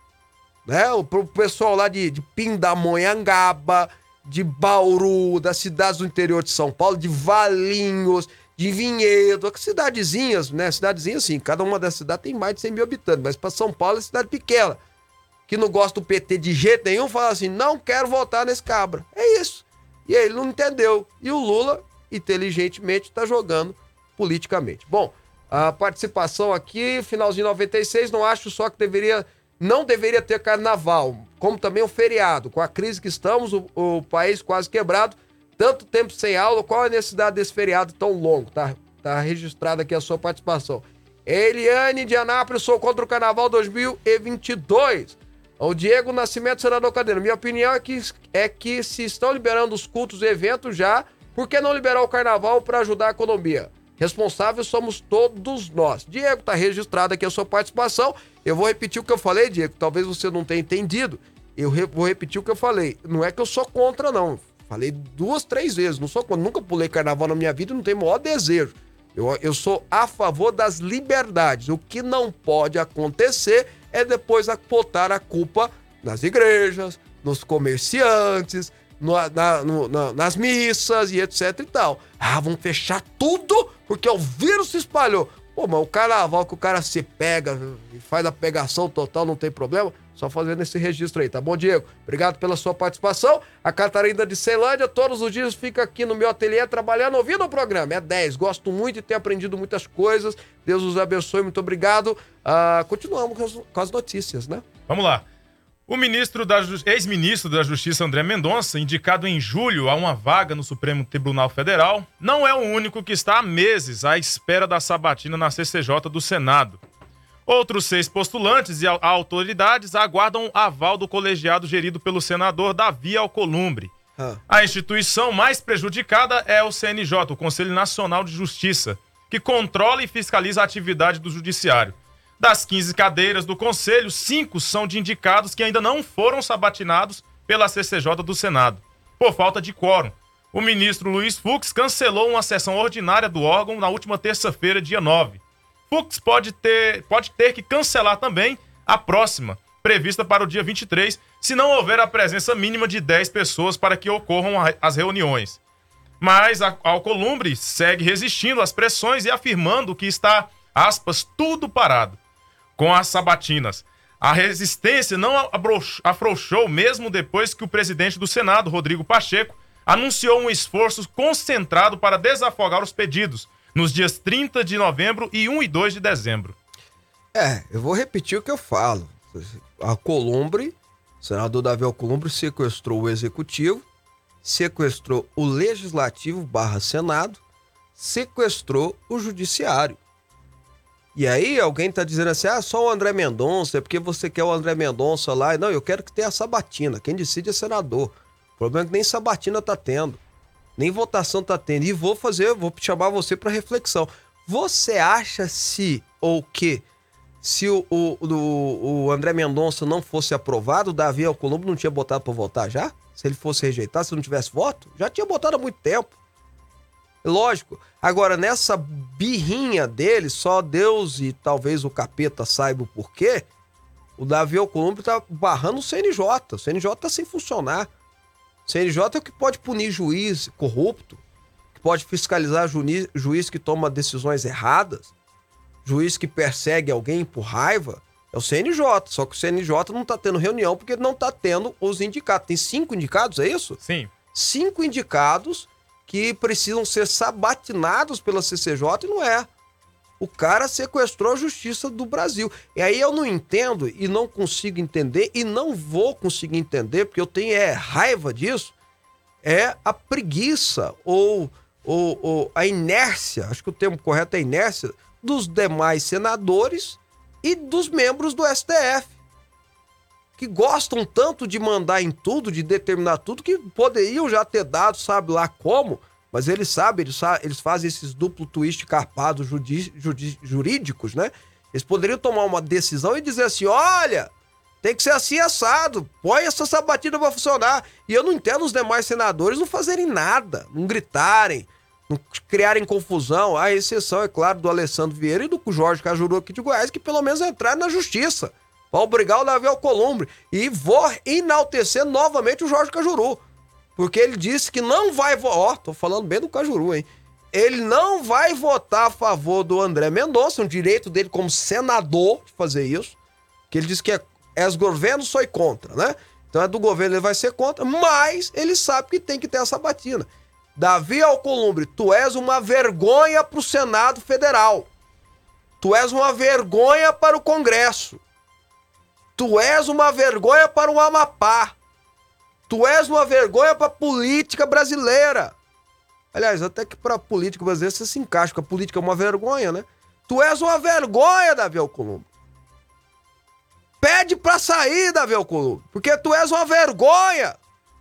Speaker 3: Né? O pessoal lá de, de Pindamonhangaba, de Bauru, das cidades do interior de São Paulo, de Valinhos, de Vinhedo, cidadezinhas, né? Cidadezinhas assim, cada uma das cidades tem mais de cem mil habitantes, mas para São Paulo é cidade pequena. Que não gosta do P T de jeito nenhum, fala assim, não quero votar nesse cabra. É isso. E aí ele não entendeu. E o Lula, inteligentemente, está jogando politicamente. Bom, a participação aqui, finalzinho de noventa e seis, não acho só que deveria, não deveria ter carnaval, como também o feriado. Com a crise que estamos, o, o país quase quebrado, tanto tempo sem aula, qual a necessidade desse feriado tão longo? Tá, tá registrada aqui a sua participação. Eliane de Anápolis, sou contra o carnaval dois mil e vinte e dois. O Diego Nascimento, senador Cadeira. Minha opinião é que, é que se estão liberando os cultos e eventos já, por que não liberar o carnaval para ajudar a economia? Responsáveis somos todos nós. Diego, tá registrado aqui a sua participação. Eu vou repetir o que eu falei, Diego. Talvez você não tenha entendido. Eu re- vou repetir o que eu falei. Não é que eu sou contra, não. Falei duas, três vezes. Não sou contra. Nunca pulei carnaval na minha vida e não tenho o maior desejo. Eu, eu sou a favor das liberdades. O que não pode acontecer é depois botar a culpa nas igrejas, nos comerciantes, no, na, no, na, nas missas e etc e tal. Ah, vamos fechar tudo porque o vírus se espalhou. Pô, mas o carnaval que o cara se pega e faz a pegação total, não tem problema? Só fazendo esse registro aí, tá bom, Diego? Obrigado pela sua participação. A Catarina de Ceilândia, todos os dias fica aqui no meu ateliê trabalhando, ouvindo o programa. É dez. Gosto muito e tenho aprendido muitas coisas. Deus os abençoe, muito obrigado. Uh, continuamos com as, com as notícias, né?
Speaker 4: Vamos lá. O ministro da Ju- ex-ministro da Justiça, André Mendonça, indicado em julho a uma vaga no Supremo Tribunal Federal, não é o único que está há meses à espera da sabatina na C C J do Senado. Outros seis postulantes e autoridades aguardam aval do colegiado gerido pelo senador Davi Alcolumbre.
Speaker 3: Ah.
Speaker 4: A instituição mais prejudicada é o C N J, o Conselho Nacional de Justiça, que controla e fiscaliza a atividade do judiciário. Das quinze cadeiras do Conselho, cinco são de indicados que ainda não foram sabatinados pela C C J do Senado, por falta de quórum. O ministro Luiz Fux cancelou uma sessão ordinária do órgão na última terça-feira, dia nove. Fux pode ter, pode ter que cancelar também a próxima, prevista para o dia vinte e três, se não houver a presença mínima de dez pessoas para que ocorram as reuniões. Mas a Alcolumbre segue resistindo às pressões e afirmando que está, aspas, tudo parado com as sabatinas. A resistência não afrouxou mesmo depois que o presidente do Senado, Rodrigo Pacheco, anunciou um esforço concentrado para desafogar os pedidos nos dias trinta de novembro e um e dois de dezembro.
Speaker 3: É, eu vou repetir o que eu falo. A Alcolumbre, o senador Davi Alcolumbre sequestrou o executivo, sequestrou o legislativo barra senado, sequestrou o judiciário. E aí alguém tá dizendo assim, ah, só o André Mendonça, é porque você quer o André Mendonça lá. Não, eu quero que tenha a sabatina, quem decide é senador. O problema é que nem sabatina tá tendo, nem votação tá tendo. E vou fazer, vou chamar você para reflexão. Você acha se, ou que, se o, o, o, o André Mendonça não fosse aprovado, o Davi Alcolumbre não tinha botado para votar já? Se ele fosse rejeitado, se não tivesse voto? Já tinha botado há muito tempo. Lógico. Agora, nessa birrinha dele, só Deus e talvez o capeta saibam o porquê, o Davi Alcolumbre tá barrando o C N J. O C N J tá sem funcionar. O C N J é o que pode punir juiz corrupto, que pode fiscalizar juiz, juiz que toma decisões erradas, juiz que persegue alguém por raiva. É o C N J, só que o C N J não tá tendo reunião porque não tá tendo os indicados. Tem cinco indicados, é isso?
Speaker 4: Sim.
Speaker 3: Cinco indicados que precisam ser sabatinados pela C C J e não é. O cara sequestrou a justiça do Brasil. E aí eu não entendo e não consigo entender e não vou conseguir entender, porque eu tenho é, raiva disso, é a preguiça ou, ou, ou a inércia, acho que o termo correto é inércia, dos demais senadores e dos membros do S T F, que gostam tanto de mandar em tudo, de determinar tudo, que poderiam já ter dado, sabe lá como, mas eles sabem, eles, eles fazem esses duplo twist carpados judi, judi, jurídicos, né? Eles poderiam tomar uma decisão e dizer assim, olha, Tem que ser assim assado. Põe essa sabatina pra funcionar. E eu não entendo os demais senadores não fazerem nada, não gritarem, não criarem confusão. A exceção, é claro, do Alessandro Vieira e do Jorge Cajuru aqui de Goiás, que pelo menos entraram na justiça pra obrigar o Davi Alcolumbre. E vou enaltecer novamente o Jorge Cajuru, porque ele disse que não vai votar. Ó, tô falando bem do Cajuru, hein? Ele não vai votar a favor do André Mendonça, um direito dele como senador de fazer isso, que ele disse que é É os governos só e contra, né? Então é do governo, ele vai ser contra, mas ele sabe que tem que ter a sabatina. Davi Alcolumbre, tu és uma vergonha pro Senado Federal. Tu és uma vergonha para o Congresso. Tu és uma vergonha para o Amapá. Tu és uma vergonha para a política brasileira. Aliás, até que para a política brasileira você se encaixa, porque a política é uma vergonha, né? Tu és uma vergonha, Davi Alcolumbre. Pede pra sair, Davi Alcolumbre, porque tu és uma vergonha.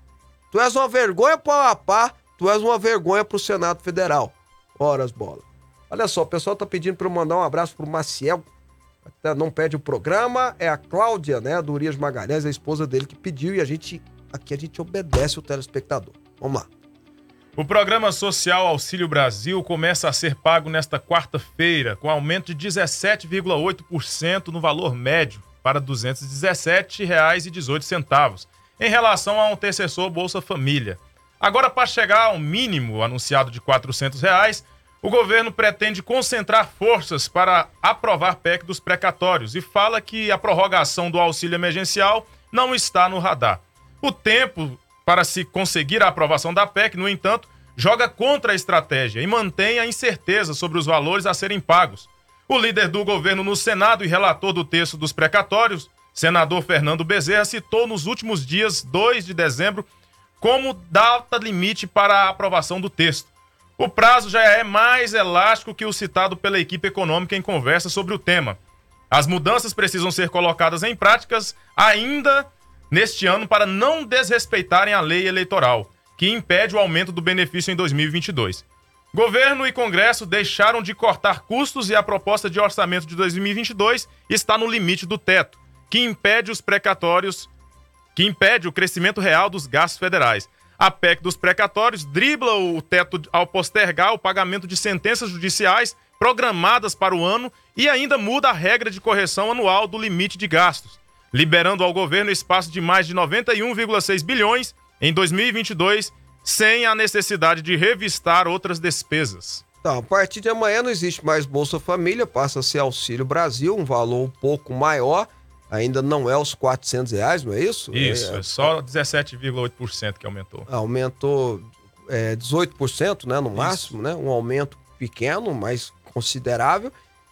Speaker 3: Tu és uma vergonha pro Amapá, tu és uma vergonha pro Senado Federal. Ora as bolas. Olha só, o pessoal tá pedindo pra eu mandar um abraço pro Maciel, até não pede o programa, é a Cláudia, né, do Urias Magalhães, a esposa dele que pediu, e a gente, aqui a gente obedece o telespectador. Vamos lá.
Speaker 4: O programa social Auxílio Brasil começa a ser pago nesta quarta-feira, com aumento de dezessete vírgula oito por cento no valor médio, para duzentos e dezessete reais e dezoito centavos, em relação ao antecessor Bolsa Família. Agora, para chegar ao mínimo anunciado de quatrocentos reais, o governo pretende concentrar forças para aprovar P E C dos precatórios e fala que a prorrogação do auxílio emergencial não está no radar. O tempo para se conseguir a aprovação da P E C, no entanto, joga contra a estratégia e mantém a incerteza sobre os valores a serem pagos. O líder do governo no Senado e relator do texto dos precatórios, senador Fernando Bezerra, citou nos últimos dias, dois de dezembro, como data limite para a aprovação do texto. O prazo já é mais elástico que o citado pela equipe econômica em conversa sobre o tema. As mudanças precisam ser colocadas em práticas ainda neste ano para não desrespeitarem a lei eleitoral, que impede o aumento do benefício em dois mil e vinte e dois. Governo e Congresso deixaram de cortar custos e a proposta de orçamento de dois mil e vinte e dois está no limite do teto, que impede os precatórios, que impede o crescimento real dos gastos federais. A P E C dos precatórios dribla o teto ao postergar o pagamento de sentenças judiciais programadas para o ano e ainda muda a regra de correção anual do limite de gastos, liberando ao governo espaço de mais de noventa e um vírgula seis bilhões em dois mil e vinte e dois, sem a necessidade de revistar outras despesas.
Speaker 3: Então, a partir de amanhã não existe mais Bolsa Família, passa a ser Auxílio Brasil, um valor um pouco maior, ainda não é os quatrocentos reais, não é isso?
Speaker 4: Isso, é,
Speaker 3: é
Speaker 4: só dezessete vírgula oito por cento que aumentou.
Speaker 3: Aumentou é, dezoito por cento, né, no máximo, né? Um aumento pequeno, mas considerável,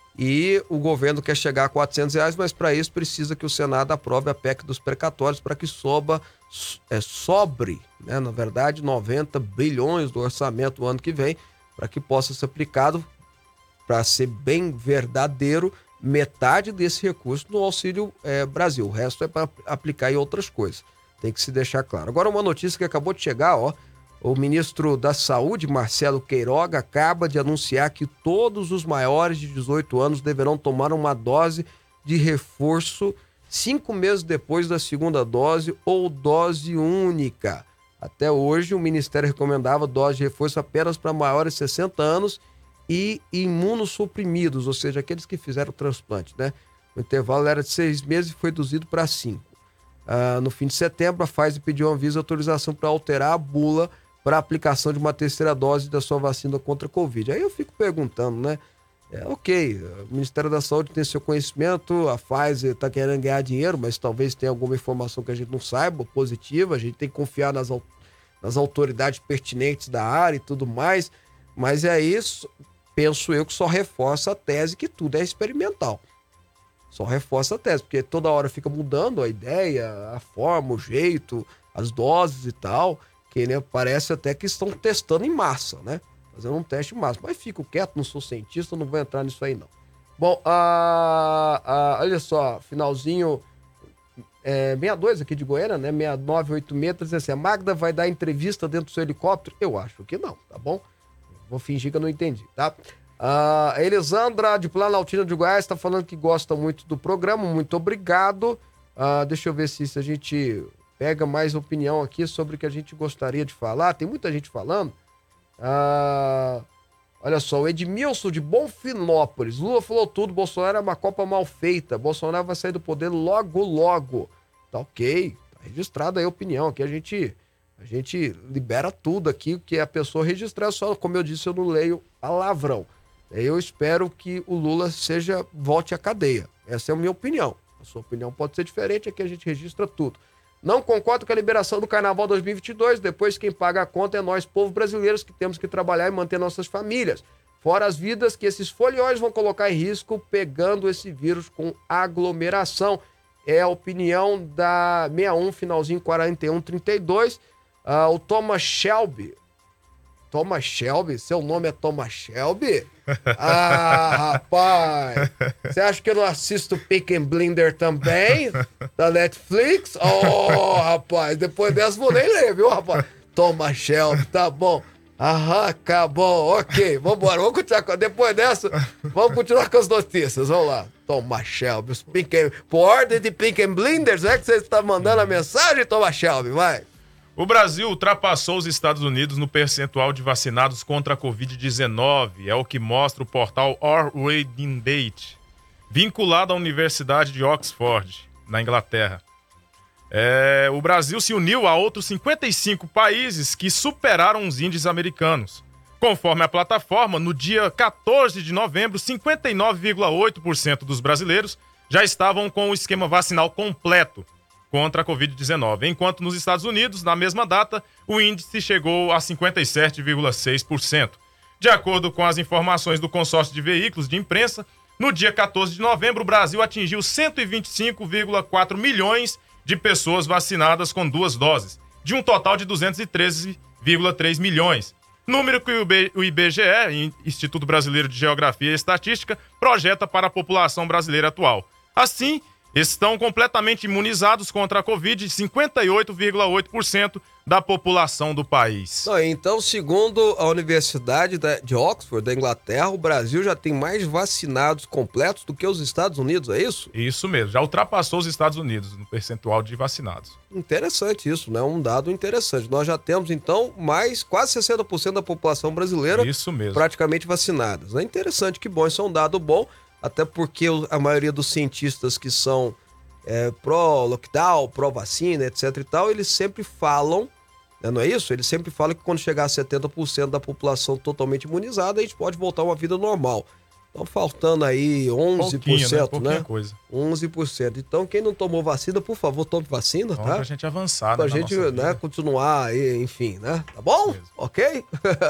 Speaker 3: e o governo quer chegar a quatrocentos reais, mas para isso precisa que o Senado aprove a P E C dos precatórios para que soba, é, sobre, né, na verdade, noventa bilhões do orçamento do ano que vem, para que possa ser aplicado, para ser bem verdadeiro, metade desse recurso no Auxílio é, Brasil. O resto é para aplicar em outras coisas. Tem que se deixar claro. Agora, uma notícia que acabou de chegar, ó. O ministro da Saúde, Marcelo Queiroga, acaba de anunciar que todos os maiores de dezoito anos deverão tomar uma dose de reforço cinco meses depois da segunda dose ou dose única. Até hoje, o Ministério recomendava dose de reforço apenas para maiores de sessenta anos e imunossuprimidos, ou seja, aqueles que fizeram o transplante, né? O intervalo era de seis meses e foi reduzido para cinco. Ah, no fim de setembro, a Pfizer pediu à Anvisa autorização para alterar a bula para a aplicação de uma terceira dose da sua vacina contra a Covid. Aí eu fico perguntando, né? É ok, o Ministério da Saúde tem seu conhecimento, a Pfizer está querendo ganhar dinheiro, mas talvez tenha alguma informação que a gente não saiba, positiva, a gente tem que confiar nas, nas autoridades pertinentes da área e tudo mais, mas é isso, penso eu, que só reforça a tese que tudo é experimental. Só reforça a tese, porque toda hora fica mudando a ideia, a forma, o jeito, as doses e tal, que, né, parece até que estão testando em massa, né? Fazendo um teste em massa. Mas fico quieto, não sou cientista, não vou entrar nisso aí, não. Bom, ah, ah, olha só, finalzinho é, sessenta e dois aqui de Goiânia, né? sessenta e nove oitenta e seis, tá dizendo assim, a Magda vai dar entrevista dentro do seu helicóptero? Eu acho que não, tá bom? Vou fingir que eu não entendi, tá? Ah, a Elisandra, de Planaltina de Goiás, está falando que gosta muito do programa, muito obrigado. Ah, deixa eu ver se, se a gente pega mais opinião aqui sobre o que a gente gostaria de falar. Tem muita gente falando. Ah, olha só, o Edmilson de Bonfinópolis. Lula falou tudo, Bolsonaro é uma Copa mal feita. Bolsonaro vai sair do poder logo, logo. Tá ok, tá registrada aí a opinião. Aqui a gente, a gente libera tudo aqui, que a pessoa registrar. Só, como eu disse, eu não leio palavrão. Eu espero que o Lula seja, volte à cadeia. Essa é a minha opinião. A sua opinião pode ser diferente, aqui a gente registra tudo. Não concordo com a liberação do Carnaval dois mil e vinte e dois, depois quem paga a conta é nós, povo brasileiros, que temos que trabalhar e manter nossas famílias. Fora as vidas que esses foliões vão colocar em risco pegando esse vírus com aglomeração. É a opinião da sessenta e um, finalzinho quarenta e um, trinta e dois. Ah, o Thomas Shelby. Thomas Shelby? Seu nome é Thomas Shelby? Ah, rapaz! Você acha que eu não assisto Peaky Blinders também? Da Netflix? Oh, rapaz! Depois dessa vou nem ler, viu, rapaz? Thomas Shelby, tá bom. Aham, acabou. Ok, vambora. Vamos continuar com... Depois dessa, vamos continuar com as notícias. Vamos lá. Thomas Shelby. Os Pink... Por ordem de Peaky Blinders, é que você está mandando a mensagem, Thomas Shelby? Vai.
Speaker 4: O Brasil ultrapassou os Estados Unidos no percentual de vacinados contra a covid dezenove, é o que mostra o portal Our Reading Date, vinculado à Universidade de Oxford, na Inglaterra. É, o Brasil se uniu a outros cinquenta e cinco países que superaram os índices americanos. Conforme a plataforma, no dia quatorze de novembro, cinquenta e nove vírgula oito por cento dos brasileiros já estavam com o esquema vacinal completo contra a covid dezenove, enquanto nos Estados Unidos, na mesma data, o índice chegou a cinquenta e sete vírgula seis por cento. De acordo com as informações do consórcio de veículos de imprensa, no dia quatorze de novembro, o Brasil atingiu cento e vinte e cinco vírgula quatro milhões de pessoas vacinadas com duas doses, de um total de duzentos e treze vírgula três milhões. Número que o I B G E, Instituto Brasileiro de Geografia e Estatística, projeta para a população brasileira atual. Assim, estão completamente imunizados contra a Covid cinquenta e oito vírgula oito por cento da população do país.
Speaker 3: Então, segundo a Universidade de Oxford, da Inglaterra, o Brasil já tem mais vacinados completos do que os Estados Unidos, é isso?
Speaker 4: Isso mesmo, já ultrapassou os Estados Unidos no percentual de vacinados.
Speaker 3: Interessante isso, né? Um dado interessante. Nós já temos, então, mais quase sessenta por cento da população brasileira
Speaker 4: isso mesmo.
Speaker 3: praticamente vacinadas. É interessante, que bom, isso é um dado bom. Até porque a maioria dos cientistas que são é, pró-lockdown, pró-vacina, etc e tal, eles sempre falam, né, não é isso? Eles sempre falam que quando chegar a setenta por cento da população totalmente imunizada, a gente pode voltar a uma vida normal. Então, faltando aí onze por cento,
Speaker 4: Pouquinho, né?
Speaker 3: né?
Speaker 4: Coisa.
Speaker 3: onze por cento. Então, quem não tomou vacina, por favor, tome vacina,
Speaker 4: então,
Speaker 3: tá?
Speaker 4: Pra gente avançar,
Speaker 3: Pra
Speaker 4: né,
Speaker 3: gente,
Speaker 4: na nossa
Speaker 3: né,
Speaker 4: vida.
Speaker 3: continuar aí, enfim, né? Tá bom?
Speaker 4: Isso mesmo.
Speaker 3: Ok?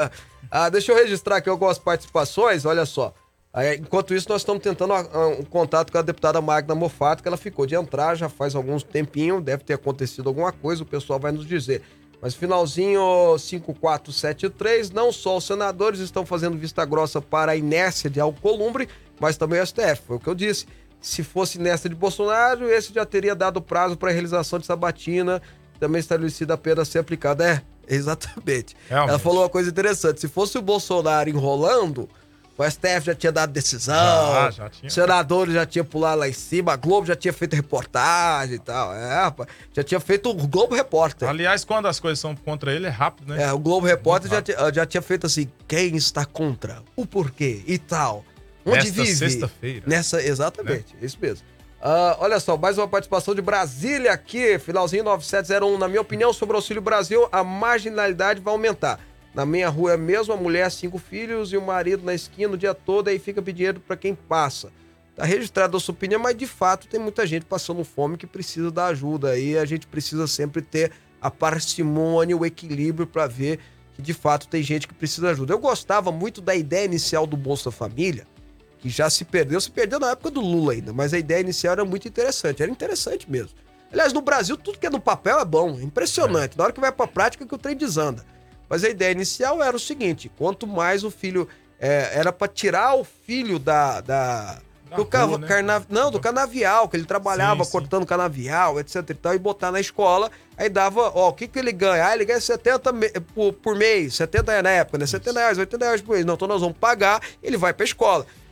Speaker 3: ah, deixa eu registrar aqui algumas participações, olha só. Aí, enquanto isso, nós estamos tentando uh, um contato com a deputada Magna Mofato, que ela ficou de entrar já faz alguns tempinho, deve ter acontecido alguma coisa, o pessoal vai nos dizer. Mas finalzinho cinco quatro sete três, não só os senadores estão fazendo vista grossa para a inércia de Alcolumbre, mas também o S T F, foi o que eu disse. Se fosse inércia de Bolsonaro, esse já teria dado prazo para a realização de sabatina, também estabelecida a pena a ser aplicada. É, exatamente.
Speaker 4: Realmente.
Speaker 3: Ela falou uma coisa interessante, se fosse o Bolsonaro enrolando, o S T F já tinha dado decisão,
Speaker 4: Já, já tinha.
Speaker 3: os senadores já tinham pulado lá em cima, a Globo já tinha feito reportagem e tal. É, rapaz, já tinha feito o Globo Repórter.
Speaker 4: Aliás, quando as coisas são contra ele, é rápido, né?
Speaker 3: É, o Globo Repórter já,
Speaker 4: Muito
Speaker 3: ti- já tinha feito assim, quem está contra, o porquê e tal. Onde
Speaker 4: Nesta
Speaker 3: vive?
Speaker 4: sexta-feira.
Speaker 3: Nessa, exatamente, isso mesmo. Ah, olha só, mais uma participação de Brasília aqui, finalzinho nove sete zero um. Na minha opinião, sobre o Auxílio Brasil, a marginalidade vai aumentar. Na minha rua é mesmo, a mulher, cinco filhos e o marido na esquina o dia todo, aí fica pedindo dinheiro para quem passa. Tá registrada a sua opinião, mas de fato tem muita gente passando fome que precisa da ajuda. Aí a gente precisa sempre ter a parcimônia, o equilíbrio para ver que de fato tem gente que precisa de ajuda. Eu gostava muito da ideia inicial do Bolsa Família, que já se perdeu, se perdeu na época do Lula ainda, mas a ideia inicial era muito interessante, era interessante mesmo. Aliás, no Brasil, tudo que é no papel é bom, impressionante. Na hora que vai pra prática que o trem desanda. Mas a ideia inicial era o seguinte, quanto mais o filho... É, era pra tirar o filho da... da
Speaker 4: Da
Speaker 3: do
Speaker 4: rua,
Speaker 3: cava-
Speaker 4: né?
Speaker 3: carna- não, do canavial, que ele trabalhava
Speaker 4: Sim, sim.
Speaker 3: cortando canavial, etc e tal, e botar na escola, aí dava, ó, o que que ele ganha? Ah, ele ganha setenta me- por, por mês, setenta reais na época, né? setenta reais, oitenta reais por mês. Não, então nós vamos pagar, ele vai pra escola.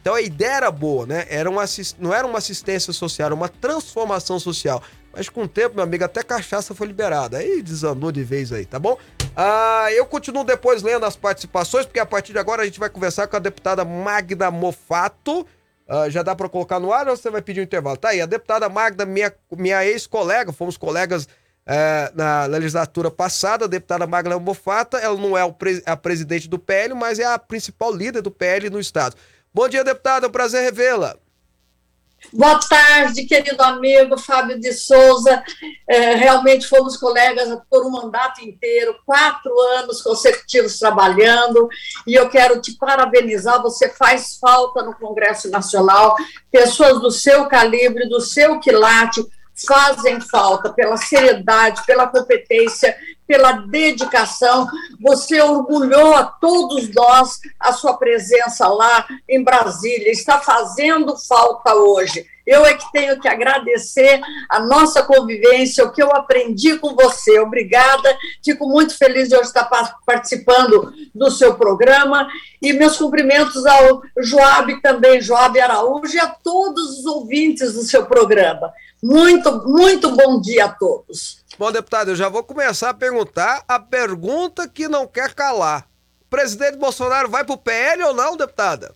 Speaker 3: Então a ideia era boa, né? Era uma, não era uma assistência social, era uma transformação social. Mas com o tempo, meu amigo, até cachaça foi liberada. Aí desandou de vez aí, tá bom? Ah, eu continuo depois lendo as participações, porque a partir de agora a gente vai conversar com a deputada Magda Mofato. Ah, já dá pra colocar no ar ou você vai pedir um intervalo? Tá aí, a deputada Magda, minha, minha ex-colega, fomos colegas é, na legislatura passada, a deputada Magda Mofato, ela não é o pre, a presidente do P L, mas é a principal líder do P L no estado. Bom dia, deputada, é um prazer revê-la.
Speaker 5: Boa tarde, querido amigo Fábio de Souza. É, realmente fomos colegas por um mandato inteiro, quatro anos consecutivos trabalhando, e eu quero te parabenizar. Você faz falta no Congresso Nacional, pessoas do seu calibre, do seu quilate, fazem falta pela seriedade, pela competência, pela dedicação. Você orgulhou a todos nós a sua presença lá em Brasília. Está fazendo falta hoje. Eu é que tenho que agradecer a nossa convivência, o que eu aprendi com você. Obrigada. Fico muito feliz de hoje estar participando do seu programa. E meus cumprimentos ao Joab também, Joab Araújo, e a todos os ouvintes do seu programa. Muito, muito bom dia a todos.
Speaker 3: Bom, deputado, eu já vou começar a perguntar a pergunta que não quer calar. O presidente Bolsonaro vai pro P L ou não, deputada?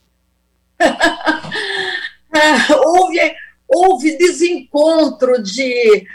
Speaker 5: houve, houve desencontro de,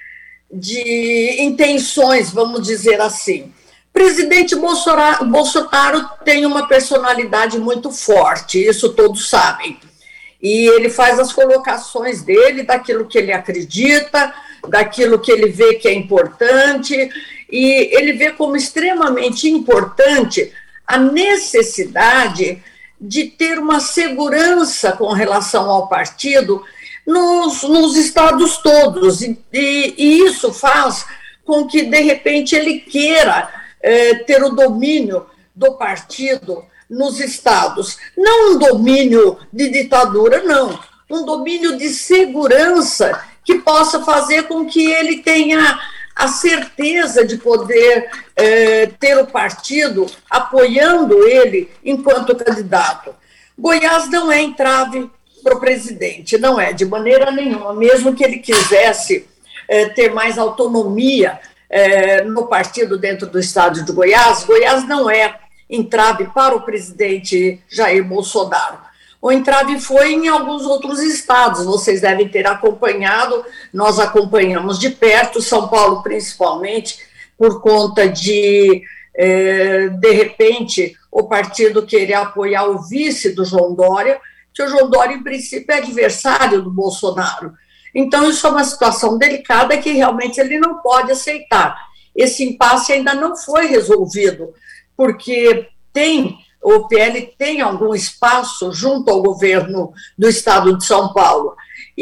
Speaker 5: de intenções, vamos dizer assim. O presidente Bolsonaro, Bolsonaro tem uma personalidade muito forte, isso todos sabem. E ele faz as colocações dele, daquilo que ele acredita, daquilo que ele vê que é importante, e ele vê como extremamente importante a necessidade de ter uma segurança com relação ao partido nos, nos estados todos, e, e, e isso faz com que, de repente, ele queira eh, ter o domínio do partido nos estados. Não um domínio de ditadura, não. Um domínio de segurança que possa fazer com que ele tenha a certeza de poder eh, ter o partido apoiando ele enquanto candidato. Goiás não é entrave para o presidente, não é, de maneira nenhuma. Mesmo que ele quisesse eh, ter mais autonomia eh, no partido dentro do estado de Goiás, Goiás não é entrave para o presidente Jair Bolsonaro. O entrave foi em alguns outros estados, vocês devem ter acompanhado, nós acompanhamos de perto, São Paulo principalmente, por conta de, eh, de repente, o partido querer apoiar o vice do João Dória, que o João Dória, em princípio, é adversário do Bolsonaro. Então, isso é uma situação delicada que realmente ele não pode aceitar. Esse impasse ainda não foi resolvido, porque tem, o P L tem algum espaço junto ao governo do estado de São Paulo,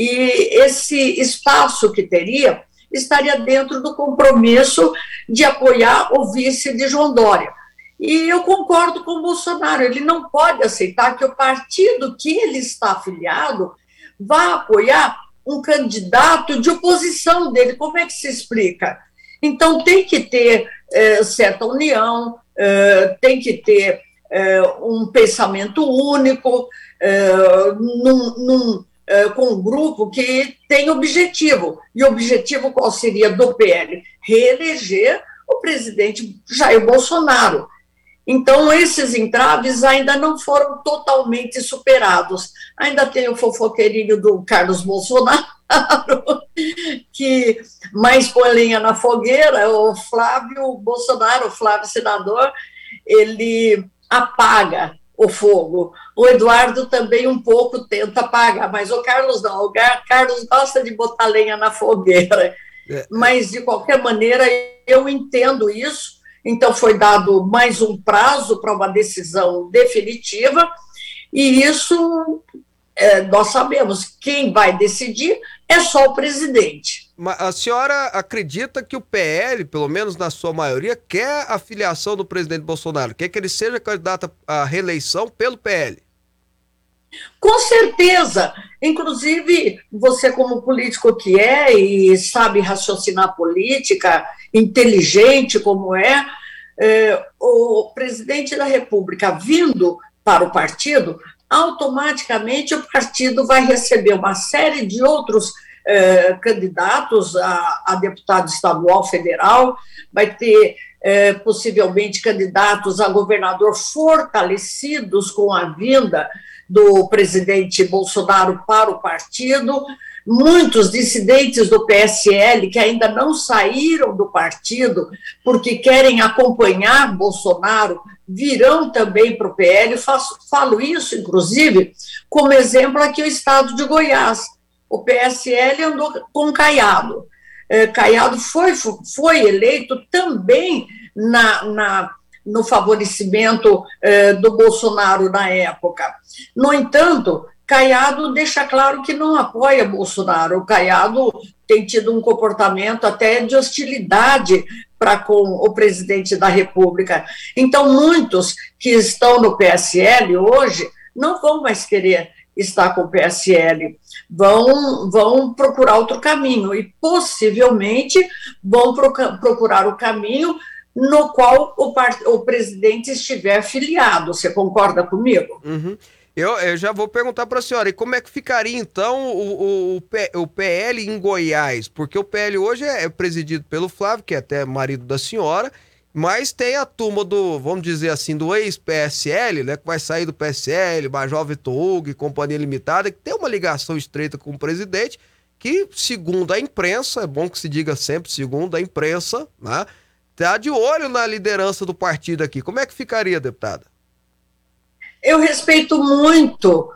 Speaker 5: e esse espaço que teria estaria dentro do compromisso de apoiar o vice de João Dória. E eu concordo com o Bolsonaro, ele não pode aceitar que o partido que ele está afiliado vá apoiar um candidato de oposição dele. Como é que se explica? Então tem que ter é, certa união, Uh, tem que ter uh, um pensamento único, uh, num, num, uh, com um grupo que tem objetivo. E o objetivo qual seria do P L? Reeleger o presidente Jair Bolsonaro. Então, esses entraves ainda não foram totalmente superados. Ainda tem o fofoqueirinho do Carlos Bolsonaro, que mais põe lenha na fogueira. O Flávio Bolsonaro, o Flávio senador, ele apaga o fogo. O Eduardo também um pouco tenta apagar, mas o Carlos não. O Carlos gosta de botar lenha na fogueira. Mas, de qualquer maneira, eu entendo isso. Então, foi dado mais um prazo para uma decisão definitiva, e isso, é, nós sabemos, quem vai decidir é só o presidente.
Speaker 3: Mas a senhora acredita que o P L, pelo menos na sua maioria, quer a filiação do presidente Bolsonaro? Quer que ele seja candidato à reeleição pelo P L?
Speaker 5: Com certeza. Inclusive, você como político que é e sabe raciocinar política, inteligente como é, é, o presidente da República vindo para o partido automaticamente o partido vai receber uma série de outros eh, candidatos a, a deputado estadual, federal, vai ter eh, possivelmente candidatos a governador fortalecidos com a vinda do presidente Bolsonaro para o partido, muitos dissidentes do P S L que ainda não saíram do partido porque querem acompanhar Bolsonaro, virão também para o P L. Faço, falo isso, inclusive, como exemplo aqui o estado de Goiás. O P S L andou com Caiado. É, Caiado foi, foi eleito também na, na, no favorecimento é, do Bolsonaro na época. No entanto, Caiado deixa claro que não apoia Bolsonaro. O Caiado tem tido um comportamento até de hostilidade para com o presidente da República. Então, muitos que estão no P S L hoje não vão mais querer estar com o P S L, vão, vão procurar outro caminho e possivelmente vão procurar o caminho no qual o, o presidente estiver filiado. Você concorda comigo?
Speaker 3: Uhum. Eu, eu já vou perguntar para a senhora, e como é que ficaria, então, o, o, o P L em Goiás? Porque o P L hoje é, é presidido pelo Flávio, que é até marido da senhora, mas tem a turma do, vamos dizer assim, do ex-P S L, né, que vai sair do P S L, Major Vitor Hugo e Companhia Limitada, que tem uma ligação estreita com o presidente, que, segundo a imprensa, é bom que se diga sempre, segundo a imprensa, né, tá de olho na liderança do partido aqui. Como é que ficaria, deputada?
Speaker 5: Eu respeito muito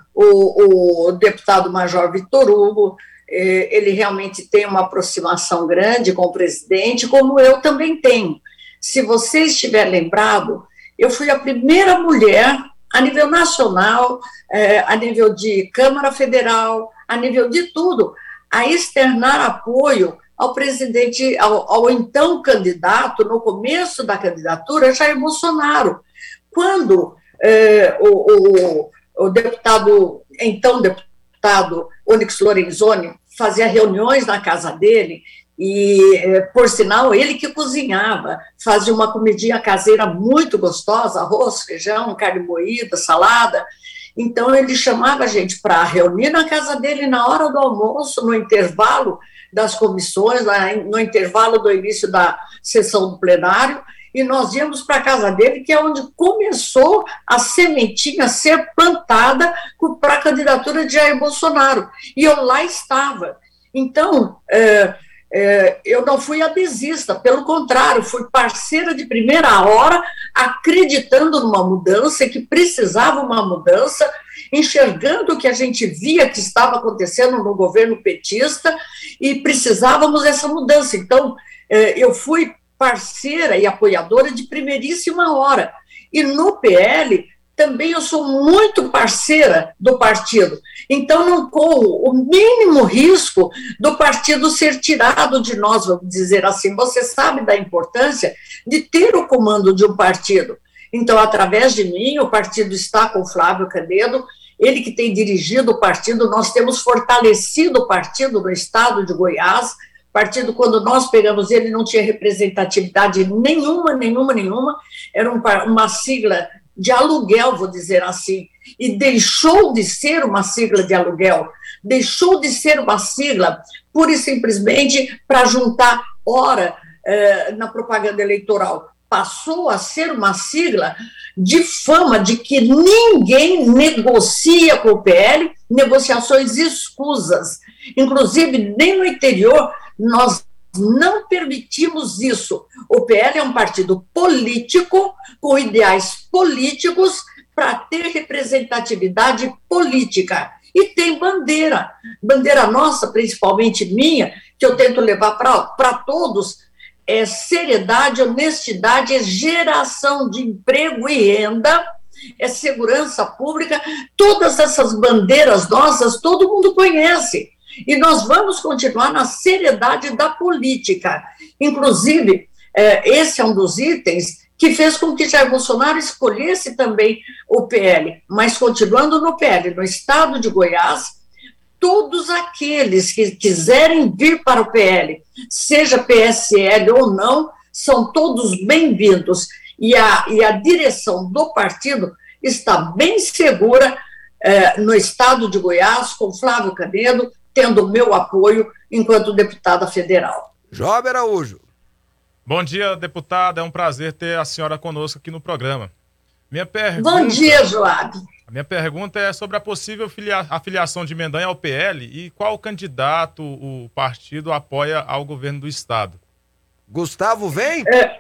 Speaker 5: o, o deputado Major Vitor Hugo, ele realmente tem uma aproximação grande com o presidente, como eu também tenho. Se você estiver lembrado, eu fui a primeira mulher a nível nacional, a nível de Câmara Federal, a nível de tudo, a externar apoio ao presidente, ao, ao então candidato, no começo da candidatura, Jair Bolsonaro. Quando eh, o, o, o deputado, então deputado Onyx Lorenzoni, fazia reuniões na casa dele, e, por sinal, ele que cozinhava, fazia uma comidinha caseira muito gostosa, arroz, feijão, carne moída, salada. Então, ele chamava a gente para reunir na casa dele na hora do almoço, no intervalo das comissões, no intervalo do início da sessão do plenário, e nós íamos para a casa dele, que é onde começou a sementinha a ser plantada para a candidatura de Jair Bolsonaro. E eu lá estava. Então, é, é, eu não fui adesista, pelo contrário, fui parceira de primeira hora, acreditando numa mudança, que precisava uma mudança, enxergando o que a gente via que estava acontecendo no governo petista e precisávamos dessa mudança. Então, é, eu fui parceira e apoiadora de primeiríssima hora. E no P L, também eu sou muito parceira do partido. Então, não corro o mínimo risco do partido ser tirado de nós, vamos dizer assim. Você sabe da importância de ter o comando de um partido. Então, através de mim, o partido está com o Flávio Canedo, ele que tem dirigido o partido, nós temos fortalecido o partido no estado de Goiás. Partido, quando nós pegamos ele, não tinha representatividade nenhuma, nenhuma, nenhuma, era um, uma sigla de aluguel, vou dizer assim, e deixou de ser uma sigla de aluguel, deixou de ser uma sigla pura e simplesmente para juntar hora eh, na propaganda eleitoral, passou a ser uma sigla de fama de que ninguém negocia com o P L, negociações escusas, inclusive nem no interior nós não permitimos isso. O P L é um partido político, com ideais políticos, para ter representatividade política. E tem bandeira, bandeira nossa, principalmente minha, que eu tento levar para todos, é seriedade, honestidade, é geração de emprego e renda, é segurança pública. Todas essas bandeiras nossas, todo mundo conhece. E nós vamos continuar na seriedade da política. Inclusive, esse é um dos itens que fez com que Jair Bolsonaro escolhesse também o P L. Mas, continuando no P L, no estado de Goiás, todos aqueles que quiserem vir para o P L, seja P S L ou não, são todos bem-vindos. E a, e a direção do partido está bem segura eh, no estado de Goiás, com Flávio Canedo, tendo o meu apoio enquanto deputada federal.
Speaker 3: Job Araújo.
Speaker 4: Bom dia, deputada. É um prazer ter a senhora conosco aqui no programa. Minha pergunta...
Speaker 5: Bom dia, Joab.
Speaker 4: A minha pergunta é sobre a possível filia... afiliação de Mendanha ao P L e qual candidato o partido apoia ao governo do estado.
Speaker 3: Gustavo, vem?
Speaker 5: É...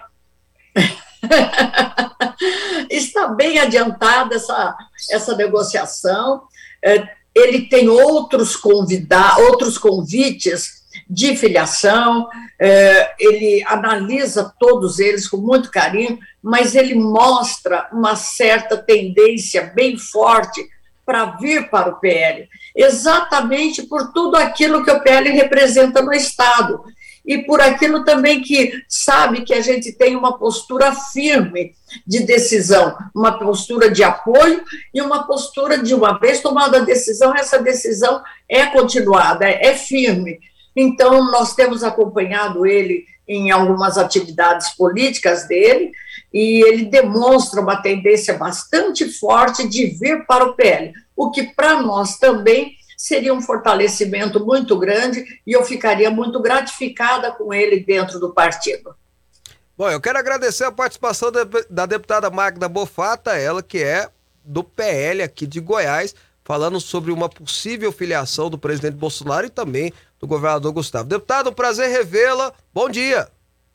Speaker 5: Está bem adiantada essa, essa negociação. É, ele tem outros, convida... outros convites de filiação, é, ele analisa todos eles com muito carinho, mas ele mostra uma certa tendência bem forte para vir para o P L, exatamente por tudo aquilo que o P L representa no Estado, e por aquilo também que sabe que a gente tem uma postura firme de decisão, uma postura de apoio e uma postura de, uma vez tomada a decisão, essa decisão é continuada, é, é firme. Então, nós temos acompanhado ele em algumas atividades políticas dele, e ele demonstra uma tendência bastante forte de vir para o P L, o que para nós também seria um fortalecimento muito grande, e eu ficaria muito gratificada com ele dentro do partido.
Speaker 3: Bom, eu quero agradecer a participação da, da deputada Magda Bofata, ela que é do P L aqui de Goiás, falando sobre uma possível filiação do presidente Bolsonaro e também do governador Gustavo. Deputado, um prazer revê-la. Bom dia.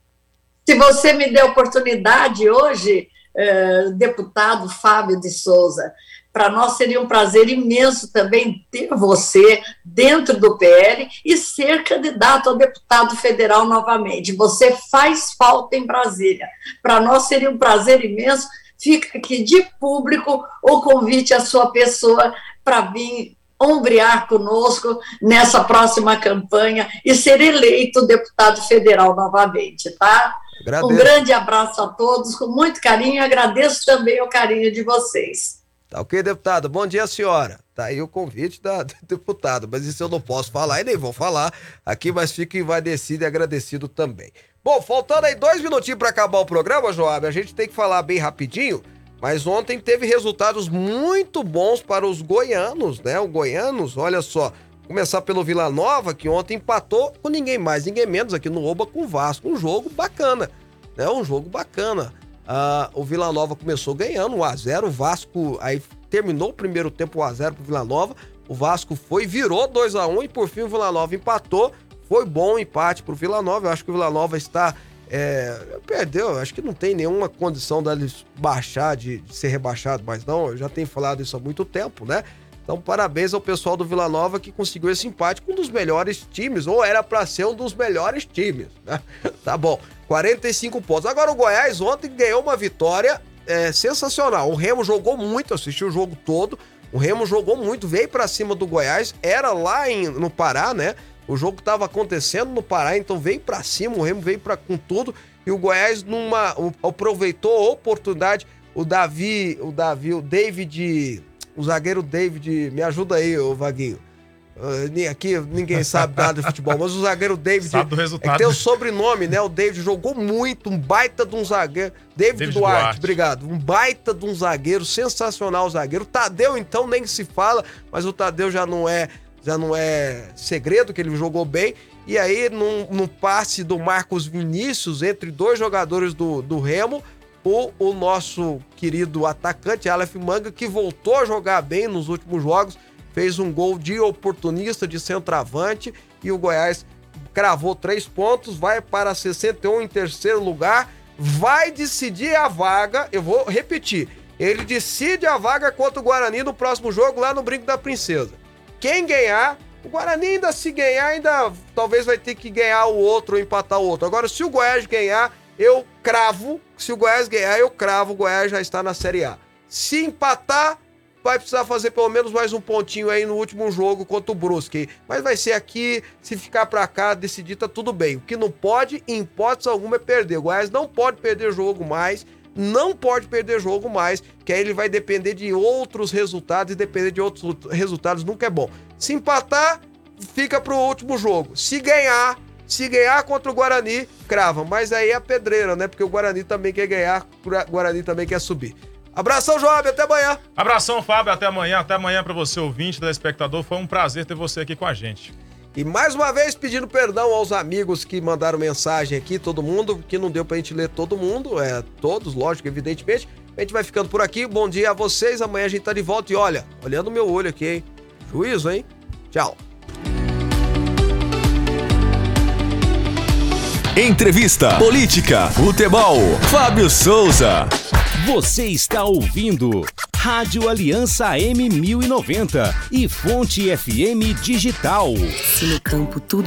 Speaker 5: Se você me der oportunidade hoje, eh, deputado Fábio de Souza, para nós seria um prazer imenso também ter você dentro do P L e ser candidato a deputado federal novamente. Você faz falta em Brasília. Para nós seria um prazer imenso. Fica aqui de público o convite à sua pessoa para vir ombrear conosco nessa próxima campanha e ser eleito deputado federal novamente, tá? Agradeço. Um grande abraço a todos, com muito carinho, e agradeço também o carinho de vocês.
Speaker 3: Tá ok, deputado? Bom dia, senhora. Tá aí o convite da deputada, mas isso eu não posso falar e nem vou falar aqui, mas fico envaidecido e agradecido também. Bom, faltando aí dois minutinhos para acabar o programa, Joab, a gente tem que falar bem rapidinho, mas ontem teve resultados muito bons para os goianos, né? Os goianos, olha só, começar pelo Vila Nova, que ontem empatou com ninguém mais, ninguém menos aqui no Oba com o Vasco. Um jogo bacana, né? Um jogo bacana. Ah, o Vila Nova começou ganhando um a zero, o Vasco aí terminou o primeiro tempo um a zero pro Vila Nova, o Vasco foi, virou dois a um e por fim o Vila Nova empatou. Foi bom o empate pro Vila Nova, eu acho que o Vila Nova está... É, perdeu, acho que não tem nenhuma condição deles baixar, de, de ser rebaixado, mas não, eu já tenho falado isso há muito tempo, né? Então, parabéns ao pessoal do Vila Nova que conseguiu esse empate com um dos melhores times, ou era para ser um dos melhores times, né? Tá bom, quarenta e cinco pontos. Agora o Goiás ontem ganhou uma vitória é, sensacional. O Remo jogou muito, assisti o jogo todo, o Remo jogou muito, veio para cima do Goiás, era lá em, no Pará, né? O jogo estava acontecendo no Pará, então veio para cima, o Remo veio pra, com tudo, e o Goiás numa, aproveitou a oportunidade. O Davi, o Davi, o David, o zagueiro David, me ajuda aí, ô Vaguinho. Uh, aqui ninguém sabe nada de futebol, mas o zagueiro David,
Speaker 4: sabe do resultado.
Speaker 3: É que tem o sobrenome, né? O David jogou muito, um baita de um zagueiro. David, David Duarte, Duarte, obrigado. Um baita de um zagueiro, sensacional zagueiro. O Tadeu, então, nem se fala, mas o Tadeu já não é... já não é segredo que ele jogou bem, e aí num, num passe do Marcos Vinícius entre dois jogadores do, do Remo, o, o nosso querido atacante Aleph Manga, que voltou a jogar bem nos últimos jogos, fez um gol de oportunista, de centroavante, e o Goiás cravou três pontos, vai para sessenta e um em terceiro lugar, vai decidir a vaga, eu vou repetir, ele decide a vaga contra o Guarani no próximo jogo lá no Brinco da Princesa. Quem ganhar, o Guarani ainda se ganhar, ainda talvez vai ter que ganhar o outro ou empatar o outro. Agora, se o Goiás ganhar, eu cravo, se o Goiás ganhar, eu cravo, o Goiás já está na Série A. Se empatar, vai precisar fazer pelo menos mais um pontinho aí no último jogo contra o Brusque. Mas vai ser aqui, se ficar pra cá, decidir, tá tudo bem. O que não pode, em hipótese alguma, é perder. O Goiás não pode perder jogo mais, não pode perder jogo mais, que aí ele vai depender de outros resultados, e depender de outros resultados nunca é bom. Se empatar, fica pro último jogo. Se ganhar, se ganhar contra o Guarani, crava. Mas aí é a pedreira, né? Porque o Guarani também quer ganhar, o Guarani também quer subir. Abração, Joab, até amanhã.
Speaker 4: Abração, Fábio, até amanhã. Até amanhã pra você, ouvinte, telespectador. Foi um prazer ter você aqui com a gente.
Speaker 3: E mais uma vez pedindo perdão aos amigos que mandaram mensagem aqui, todo mundo, que não deu pra gente ler todo mundo, é, todos, lógico, evidentemente. A gente vai ficando por aqui, bom dia a vocês, amanhã a gente tá de volta e olha, olhando o meu olho aqui, hein? Juízo, hein? Tchau.
Speaker 1: Entrevista, política, futebol, Fábio Souza.
Speaker 6: Você está ouvindo Rádio Aliança M mil e noventa e Fonte F M Digital.
Speaker 7: Se no campo tudo